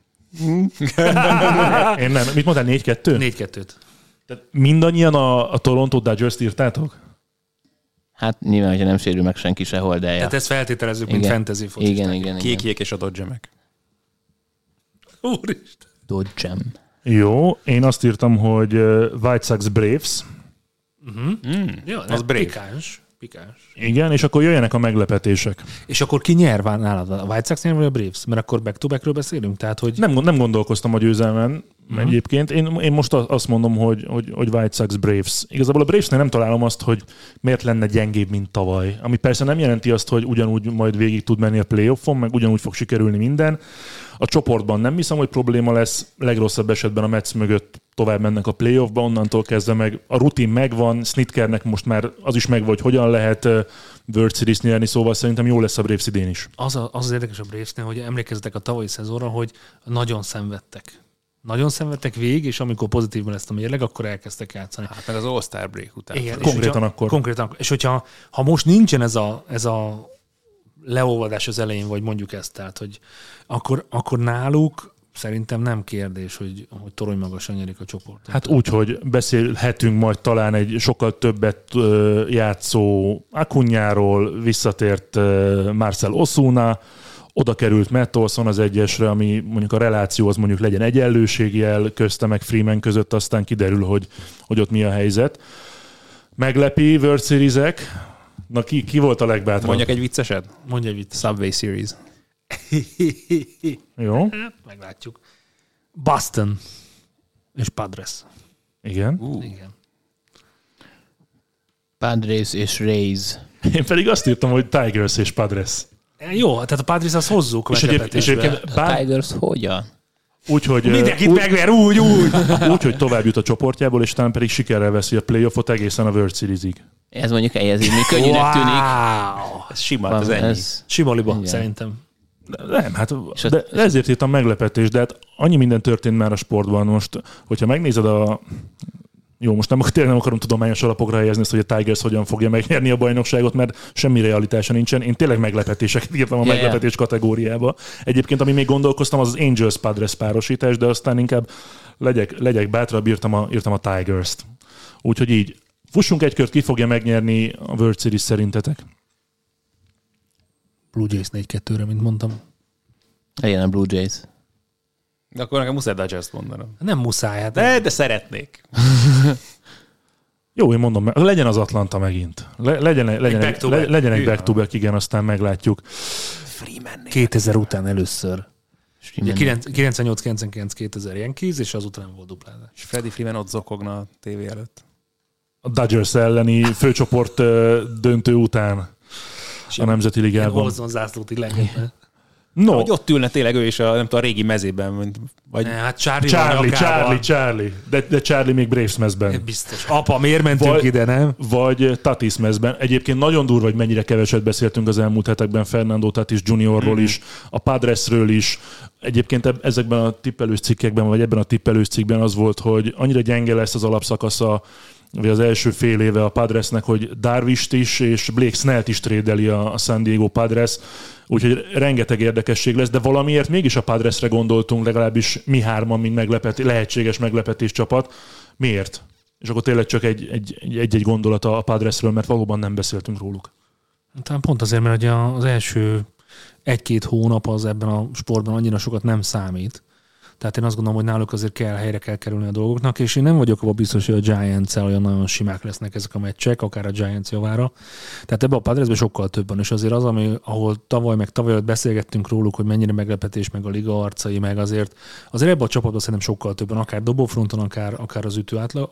Én nem. Mit mondtál, 4-2? 4-2-t. Tehát mindannyian a Toronto Dodgers-t írtátok? Hát nyilván, hogyha nem sérül meg senki sehol, de... Tehát ezt feltételezzük, mint fantasy focisták. Igen. Kékjék és a Dodgemek. Úristen. Dodgem. Jó, én azt írtam, hogy White Sox Braves. Jó, az brave. Pikás. Igen, és akkor jöjjenek a meglepetések. És akkor ki nyer nálad? A White Sox nyer, vagy a Braves? Mert akkor back-to-backről beszélünk? Tehát, hogy... Nem gondolkoztam a győzelmen egyébként. Én most azt mondom, hogy White Sox Braves. Igazából a Bravesnél nem találom azt, hogy miért lenne gyengébb, mint tavaly. Ami persze nem jelenti azt, hogy ugyanúgy majd végig tud menni a playoffon, meg ugyanúgy fog sikerülni minden. A csoportban nem hiszem, hogy probléma lesz. Legrosszabb esetben a Mets mögött tovább mennek a playoffba, onnantól kezdve meg a rutin megvan, Snitkernek most már az is megvan, hogy hogyan lehet World Series nyerni, szóval szerintem jó lesz a Braves idén is. Az érdekes a Bravesnél, hogy emlékezzetek a tavalyi szezonra, hogy nagyon szenvedtek. Nagyon szenvedtek végig, és amikor pozitívban lesz a mérleg, akkor elkezdtek játszani. Hát meg az All-Star break után. Igen, Konkrétan akkor. És hogyha most nincsen ez a leolvadás az elején, vagy mondjuk ezt, tehát, hogy akkor náluk szerintem nem kérdés, hogy torony magasan nyerik a csoportot. Hát úgy, hogy beszélhetünk majd talán egy sokkal többet játszó Acuñáról, visszatért Marcell Ozuna, oda került Matt Olson az egyesre, ami mondjuk a reláció az mondjuk legyen egyenlőségjel közte meg Freeman között, aztán kiderül, hogy ott mi a helyzet. Meglepi World Series-ek. Na ki volt a legbátrabb? Mondjak egy vicceset? Mondja egy vicceset. Subway Series. Jó. Meglátjuk. Boston és Padres. Igen. Igen. Padres és Rays. Én pedig azt írtam, hogy Tigers és Padres. Jó, tehát a Padres azt hozzuk meglepetésbe. A Tigers hogyan? Úgyhogy Mindenkit megver, úgy. Úgy, hogy tovább jut a csoportjából, és talán pedig sikerrel veszi a playoffot egészen a World Series-ig. Ez mondjuk eljezni, könnyűnek tűnik. Wow. Ez sima, ez ennyi. Sima liba, Igen. szerintem. Nem, hát de ezért írtam meglepetés, de hát annyi minden történt már a sportban most, hogyha megnézed Jó, most tényleg nem akarom tudományos alapokra helyezni ezt, hogy a Tigers hogyan fogja megnyerni a bajnokságot, mert semmi realitása nincsen. Én tényleg meglepetéseket írtam a meglepetés kategóriába. Egyébként, ami még gondolkoztam, az Angels-Padres párosítás, de aztán inkább legyek bátrabb, írtam a Tigers-t. Úgyhogy így. Fussunk egy kört, ki fogja megnyerni a World Series szerintetek? Blue Jays 4-2-re, mint mondtam. Legyen a Blue Jays. De akkor nekem muszáj Dodgers-t mondanom. Nem muszáj. Hát De szeretnék. Jó, én mondom, legyen az Atlanta megint. Legyen egy back-to-back, igen, aztán meglátjuk. Freeman. 2000 után először. 98-99-2000 Yankees, és azután volt duplázás. És Freddie Freeman ott zokogna a tévé előtt. A Dodgers elleni főcsoport döntő után a Nemzeti Ligában. Hozzon zászlót így lengetne. No. Hogy ott ülne tényleg ő is a régi mezében. Vagy... Hát Charlie. De Charlie még Braves mezben. Biztos. Apa, miért mentünk ide, nem? Vagy Tatis mezben. Egyébként nagyon durva, hogy mennyire keveset beszéltünk az elmúlt hetekben Fernando Tatis Juniorról is, a Padresről is. Egyébként ezekben a tippelős cikkekben, vagy ebben a tippelős cikkben az volt, hogy annyira gyenge lesz az alapszakasza, vagy az első fél éve a Padresnek, hogy Darvist is és Blake Snellt is trédeli a San Diego Padres, úgyhogy rengeteg érdekesség lesz, de valamiért mégis a Padresre gondoltunk, legalábbis mi hárman, mint lehetséges meglepetés csapat. Miért? És akkor tényleg csak egy gondolata a Padresről, mert valóban nem beszéltünk róluk. Talán pont azért, mert az első 1-2 hónap az ebben a sportban annyira sokat nem számít. Tehát én azt gondolom, hogy náluk azért helyre kell kerülni a dolgoknak, és én nem vagyok abban biztos, hogy a Giants-el olyan nagyon simák lesznek ezek a meccsek, akár a Giants javára. Tehát ebben a Padresben sokkal több van, és azért az, ahol tavaly előtt beszélgettünk róluk, hogy mennyire meglepetés, meg a liga arcai, meg azért ebben a csapatban szerintem sokkal többen, akár dobófronton, akár az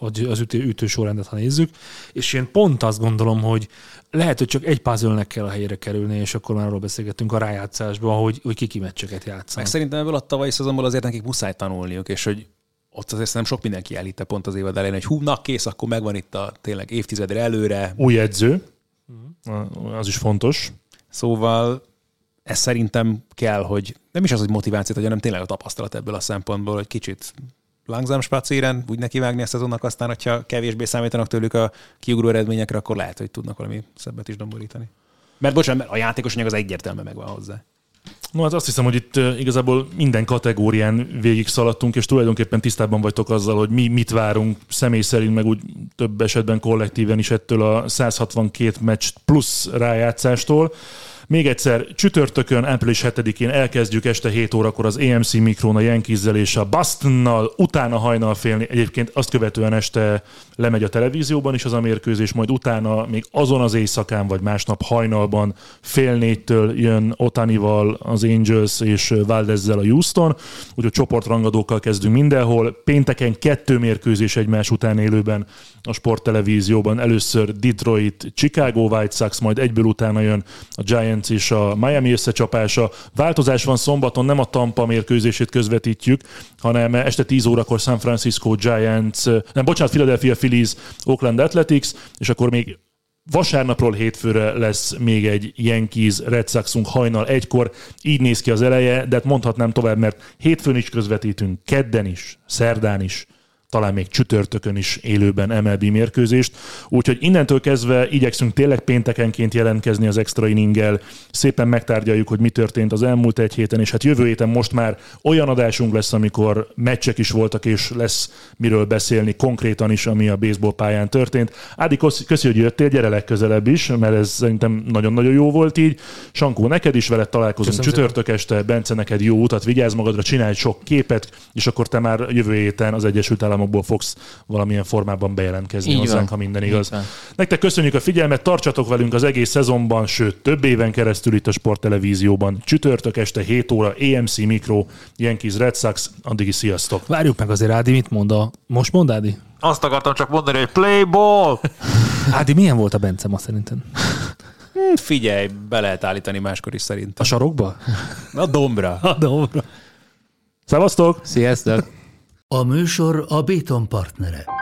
ütő sorrendet, ha nézzük. És én pont azt gondolom, hogy lehet, hogy csak egy puzzle-nek kell a helyére kerülni, és akkor már arról beszélgettünk a rájátszásban, hogy ki meccseket játszanak. Meg szerintem ebből a tavalyi szezonból azért nekik muszáj tanulniuk, és hogy ott azért nem sok mindenki elhitte pont az évad elején, hogy kész, akkor megvan itt a tényleg évtizedre előre. Új edző, az is fontos. Szóval ez szerintem kell, hogy nem is az, hogy motivációt, hanem tényleg a tapasztalat ebből a szempontból, hogy kicsit langsam spacéren úgy nekivágni a szezonnak, aztán, hogyha kevésbé számítanak tőlük a kiugró eredményekre, akkor lehet, hogy tudnak valami szebbet is domborítani. Mert a játékos anyag az egyértelműen megvan hozzá. No, hát azt hiszem, hogy itt igazából minden kategórián végig szaladtunk, és tulajdonképpen tisztában vagytok azzal, hogy mi mit várunk személy szerint, meg úgy több esetben kollektíven is ettől a 162 meccs plusz rájátszástól. Még egyszer, csütörtökön, április 7-én elkezdjük este 7 órakor az AMC Mikron a Yankees-zel és a Bostonnal, utána hajnal fél, egyébként azt követően este lemegy a televízióban is az a mérkőzés, majd utána még azon az éjszakán vagy másnap hajnalban 3:30 jön Otanival az Angels és Valdezzel a Houston, úgyhogy csoportrangadókkal kezdünk mindenhol. Pénteken 2 mérkőzés egymás után élőben a sporttelevízióban. Először Detroit, Chicago White Sox, majd egyből utána jön a Giants és a Miami összecsapása. Változás van szombaton, nem a Tampa mérkőzését közvetítjük, hanem este 10 órakor San Francisco Giants, Philadelphia Phillies, Oakland Athletics, és akkor még vasárnapról hétfőre lesz még egy Yankees Red Soxunk hajnal 1-kor. Így néz ki az eleje, de mondhatnám tovább, mert hétfőn is közvetítünk, kedden is, szerdán is, talán még csütörtökön is élőben MLB mérkőzést. Úgyhogy innentől kezdve igyekszünk tényleg péntekenként jelentkezni az Extra Inninggel. Szépen megtárgyaljuk, hogy mi történt az elmúlt egy héten, és hát jövő héten most már olyan adásunk lesz, amikor meccsek is voltak, és lesz miről beszélni konkrétan is, ami a baseball pályán történt. Ádi, köszi, hogy jöttél, gyere legközelebb is, mert ez szerintem nagyon-nagyon jó volt így. Sankó, neked is veled találkozunk csütörtök este. Bence, neked jó utat, vigyázz magadra, csinálj sok képet, és akkor te már jövő héten az Egyesült Államokból fogsz valamilyen formában bejelentkezni hozzánk, ha minden igaz. Nektek köszönjük a figyelmet, tartsatok velünk az egész szezonban, sőt több éven keresztül itt a Sporttelevízióban. Csütörtök este 7 óra, AMC Mikro, Yankees Red Sox, addig is sziasztok! Várjuk meg azért, Ádi, mit mond Most mond, Ádi? Azt akartam csak mondani, hogy play ball! Ádi, milyen volt a Bence ma szerinted? Figyelj, be lehet állítani máskor is szerintem. A sarokba? A dombra. A dombra. Szevasztok! Sziasztok! A műsor a Béton partnere.